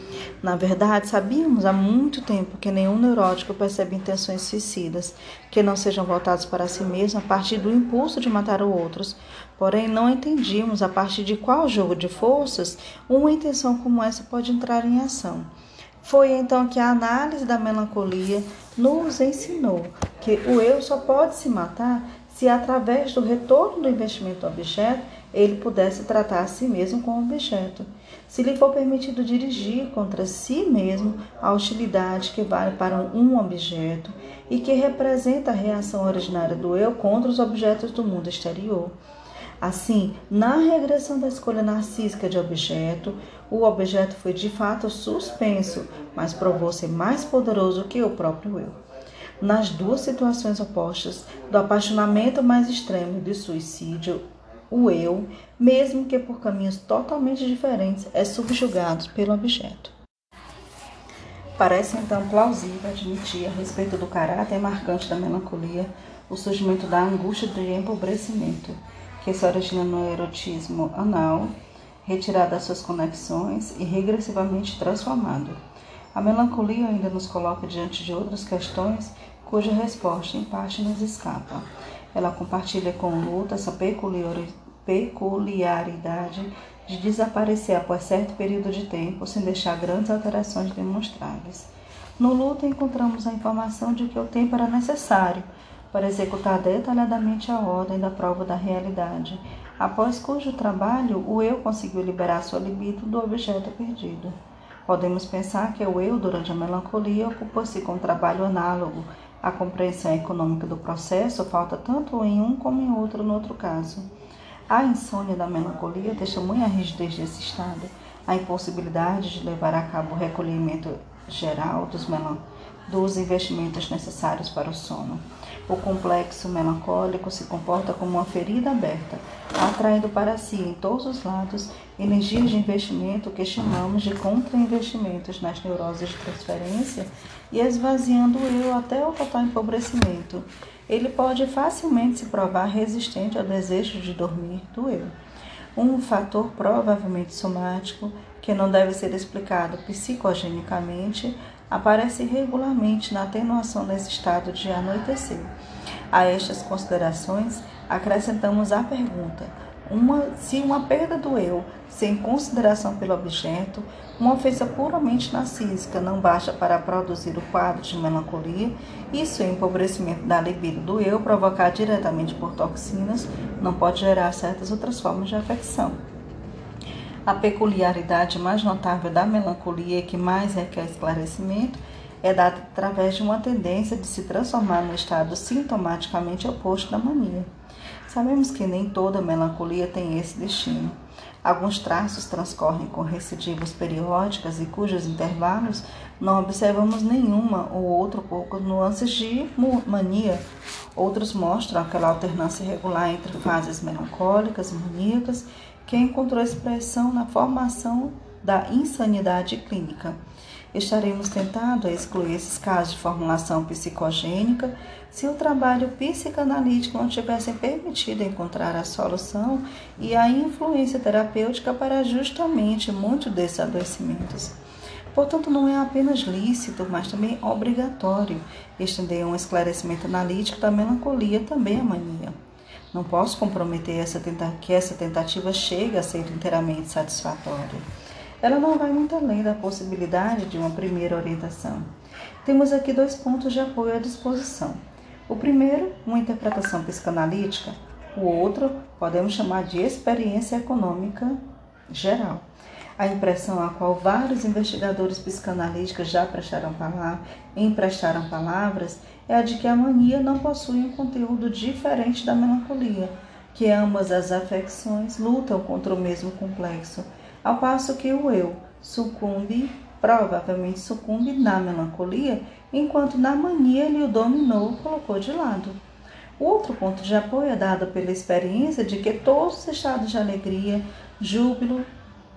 Na verdade, sabíamos há muito tempo que nenhum neurótico percebe intenções suicidas, que não sejam voltadas para si mesmo a partir do impulso de matar outros. Porém, não entendíamos a partir de qual jogo de forças uma intenção como essa pode entrar em ação. Foi então que a análise da melancolia nos ensinou que o eu só pode se matar se, através do retorno do investimento do objeto, ele pudesse tratar a si mesmo como objeto. Se lhe for permitido dirigir contra si mesmo a hostilidade que vale para um objeto e que representa a reação originária do eu contra os objetos do mundo exterior. Assim, na regressão da escolha narcísica de objeto, o objeto foi de fato suspenso, mas provou ser mais poderoso que o próprio eu. Nas duas situações opostas, do apaixonamento mais extremo e do suicídio, o eu, mesmo que por caminhos totalmente diferentes, é subjugado pelo objeto. Parece então plausível admitir, a respeito do caráter marcante da melancolia, o surgimento da angústia de empobrecimento, que se origina no erotismo anal, retirado das suas conexões e regressivamente transformado. A melancolia ainda nos coloca diante de outras questões cuja resposta, em parte, nos escapa. Ela compartilha com o luto essa peculiaridade de desaparecer após certo período de tempo, sem deixar grandes alterações demonstráveis. No luto, encontramos a informação de que o tempo era necessário para executar detalhadamente a ordem da prova da realidade, após cujo trabalho o eu conseguiu liberar sua libido do objeto perdido. Podemos pensar que o eu, durante a melancolia, ocupou-se com um trabalho análogo. A compreensão econômica do processo falta tanto em um como em outro no outro caso. A insônia da melancolia testemunha a rigidez desse estado, a impossibilidade de levar a cabo o recolhimento geral dos, melan- dos investimentos necessários para o sono. O complexo melancólico se comporta como uma ferida aberta, atraindo para si, em todos os lados, energias de investimento que chamamos de contra-investimentos nas neuroses de transferência e esvaziando o eu até o total empobrecimento. Ele pode facilmente se provar resistente ao desejo de dormir do eu. Um fator provavelmente somático, que não deve ser explicado psicogenicamente, aparece regularmente na atenuação desse estado de anoitecer. A estas considerações, acrescentamos a pergunta: uma, se uma perda do eu, sem consideração pelo objeto, uma ofensa puramente narcísica não basta para produzir o quadro de melancolia, isso é empobrecimento da libido do eu, provocar diretamente por toxinas, não pode gerar certas outras formas de afecção. A peculiaridade mais notável da melancolia, que mais requer esclarecimento, é dada através de uma tendência de se transformar no estado sintomaticamente oposto da mania. Sabemos que nem toda melancolia tem esse destino. Alguns traços transcorrem com recidivas periódicas e cujos intervalos não observamos nenhuma ou outra pouco nuances de mania. Outros mostram aquela alternância regular entre fases melancólicas e maníacas que encontrou expressão na formação da insanidade clínica. Estaremos tentados a excluir esses casos de formulação psicogênica se o trabalho psicanalítico não tivesse permitido encontrar a solução e a influência terapêutica para justamente muitos desses adoecimentos. Portanto, não é apenas lícito, mas também obrigatório estender um esclarecimento analítico da melancolia também à mania. Não posso comprometer essa tenta- que essa tentativa chegue a ser inteiramente satisfatória. Ela não vai muito além da possibilidade de uma primeira orientação. Temos aqui dois pontos de apoio à disposição. O primeiro, uma interpretação psicanalítica. O outro, podemos chamar de experiência econômica geral. A impressão a qual vários investigadores psicanalíticos já prestaram palavra, emprestaram palavras é a de que a mania não possui um conteúdo diferente da melancolia, que ambas as afecções lutam contra o mesmo complexo, ao passo que o eu sucumbe, provavelmente sucumbe na melancolia, enquanto na mania ele o dominou e colocou de lado. O outro ponto de apoio é dado pela experiência de que todos os estados de alegria, júbilo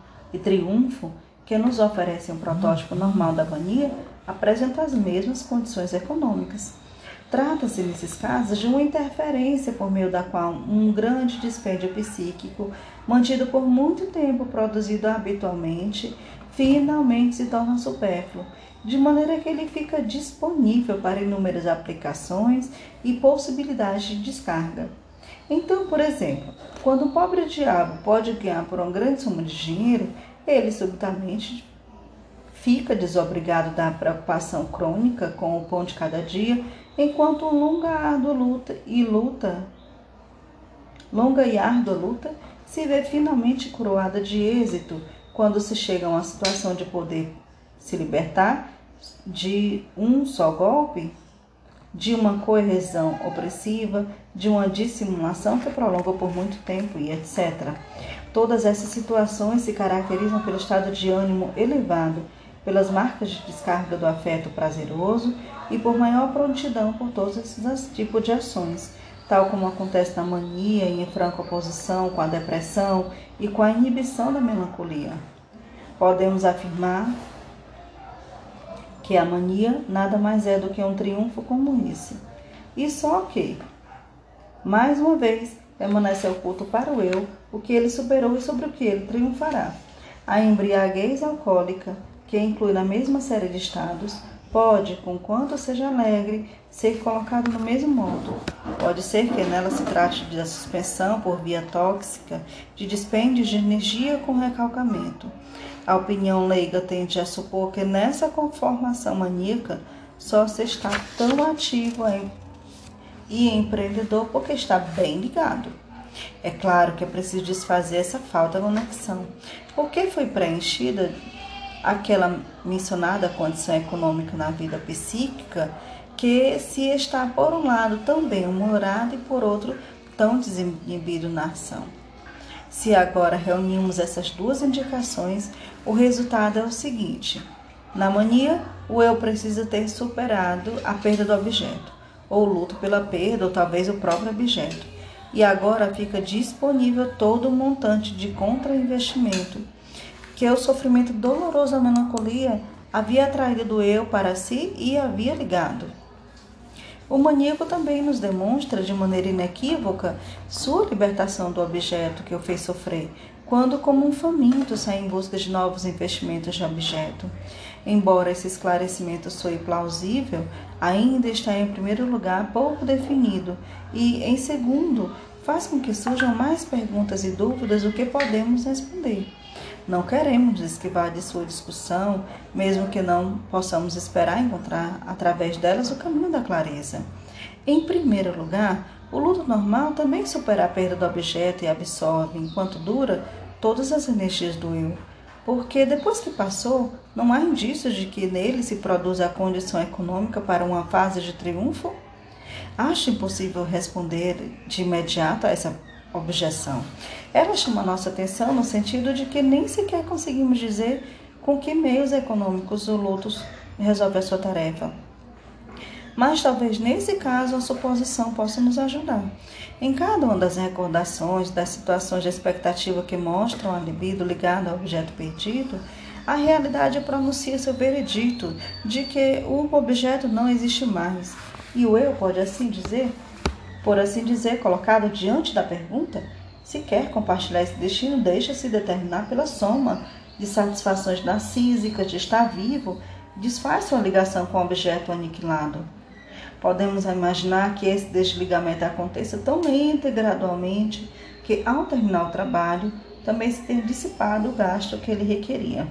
e triunfo que nos oferecem um protótipo normal da mania apresentam as mesmas condições econômicas. Trata-se, nesses casos, de uma interferência por meio da qual um grande dispêndio psíquico, mantido por muito tempo, produzido habitualmente, finalmente se torna supérfluo, de maneira que ele fica disponível para inúmeras aplicações e possibilidades de descarga. Então, por exemplo, quando um pobre diabo pode ganhar por uma grande soma de dinheiro, ele subitamente fica desobrigado da preocupação crônica com o pão de cada dia, enquanto uma longa, árdua luta e luta, longa e árdua luta se vê finalmente coroada de êxito quando se chega a uma situação de poder se libertar de um só golpe, de uma coerção opressiva, de uma dissimulação que prolonga por muito tempo e etcétera. Todas essas situações se caracterizam pelo estado de ânimo elevado, pelas marcas de descarga do afeto prazeroso e por maior prontidão por todos esses tipos de ações, tal como acontece na mania e em franca oposição com a depressão e com a inibição da melancolia. Podemos afirmar que a mania nada mais é do que um triunfo como esse. E só que, mais uma vez, permanece oculto para o eu o que ele superou e sobre o que ele triunfará. A embriaguez alcoólica, que inclui na mesma série de estados, pode, conquanto seja alegre, ser colocado no mesmo modo. Pode ser que nela se trate de suspensão por via tóxica, de dispêndio de energia com recalcamento. A opinião leiga tende a supor que nessa conformação maníaca só se está tão ativo e empreendedor porque está bem ligado. É claro que é preciso desfazer essa falta de conexão, porque foi preenchida aquela mencionada condição econômica na vida psíquica que se está por um lado tão bem humorado e por outro tão desinibido na ação. Se agora reunimos essas duas indicações, o resultado é o seguinte: na mania, o eu precisa ter superado a perda do objeto, ou o luto pela perda, ou talvez o próprio objeto, e agora fica disponível todo o montante de contra-investimento que o sofrimento doloroso da melancolia havia atraído do eu para si e havia ligado. O maníaco também nos demonstra de maneira inequívoca sua libertação do objeto que o fez sofrer, quando como um faminto sai em busca de novos investimentos de objeto. Embora esse esclarecimento soe plausível, ainda está em primeiro lugar pouco definido e, em segundo, faz com que surjam mais perguntas e dúvidas do que podemos responder. Não queremos esquivar de sua discussão, mesmo que não possamos esperar encontrar, através delas, o caminho da clareza. Em primeiro lugar, o luto normal também supera a perda do objeto e absorve, enquanto dura, todas as energias do eu, porque depois que passou, não há indícios de que nele se produza a condição econômica para uma fase de triunfo? Acho impossível responder de imediato a essa objeção. Ela chama nossa atenção no sentido de que nem sequer conseguimos dizer com que meios econômicos o luto resolve a sua tarefa. Mas talvez nesse caso a suposição possa nos ajudar. Em cada uma das recordações, das situações de expectativa que mostram a libido ligada ao objeto perdido, a realidade pronuncia seu veredito de que o objeto não existe mais. E o eu pode assim dizer, por assim dizer, colocado diante da pergunta, se quer compartilhar esse destino, deixa-se determinar pela soma de satisfações narcísicas de estar vivo, desfaz sua ligação com o objeto aniquilado. Podemos imaginar que esse desligamento aconteça tão lento e gradualmente que, ao terminar o trabalho, também se tenha dissipado o gasto que ele requeria.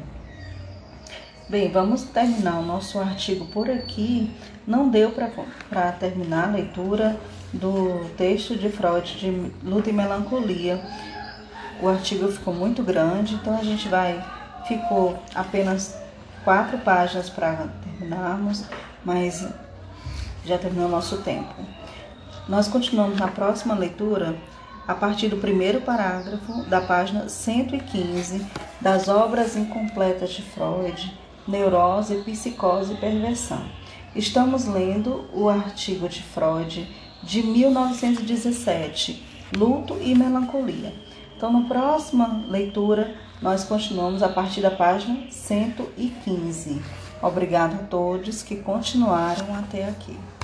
Bem, vamos terminar o nosso artigo por aqui. Não deu para terminar a leitura do texto de Freud de Luto e Melancolia. O artigo ficou muito grande, então a gente vai, ficou apenas quatro páginas para terminarmos, mas já terminou o nosso tempo. Nós continuamos na próxima leitura a partir do primeiro parágrafo da página cento e quinze das Obras Incompletas de Freud, Neurose, Psicose e Perversão. Estamos lendo o artigo de Freud de mil novecentos e dezessete, Luto e Melancolia. Então, na próxima leitura, nós continuamos a partir da página cento e quinze. Obrigada a todos que continuaram até aqui.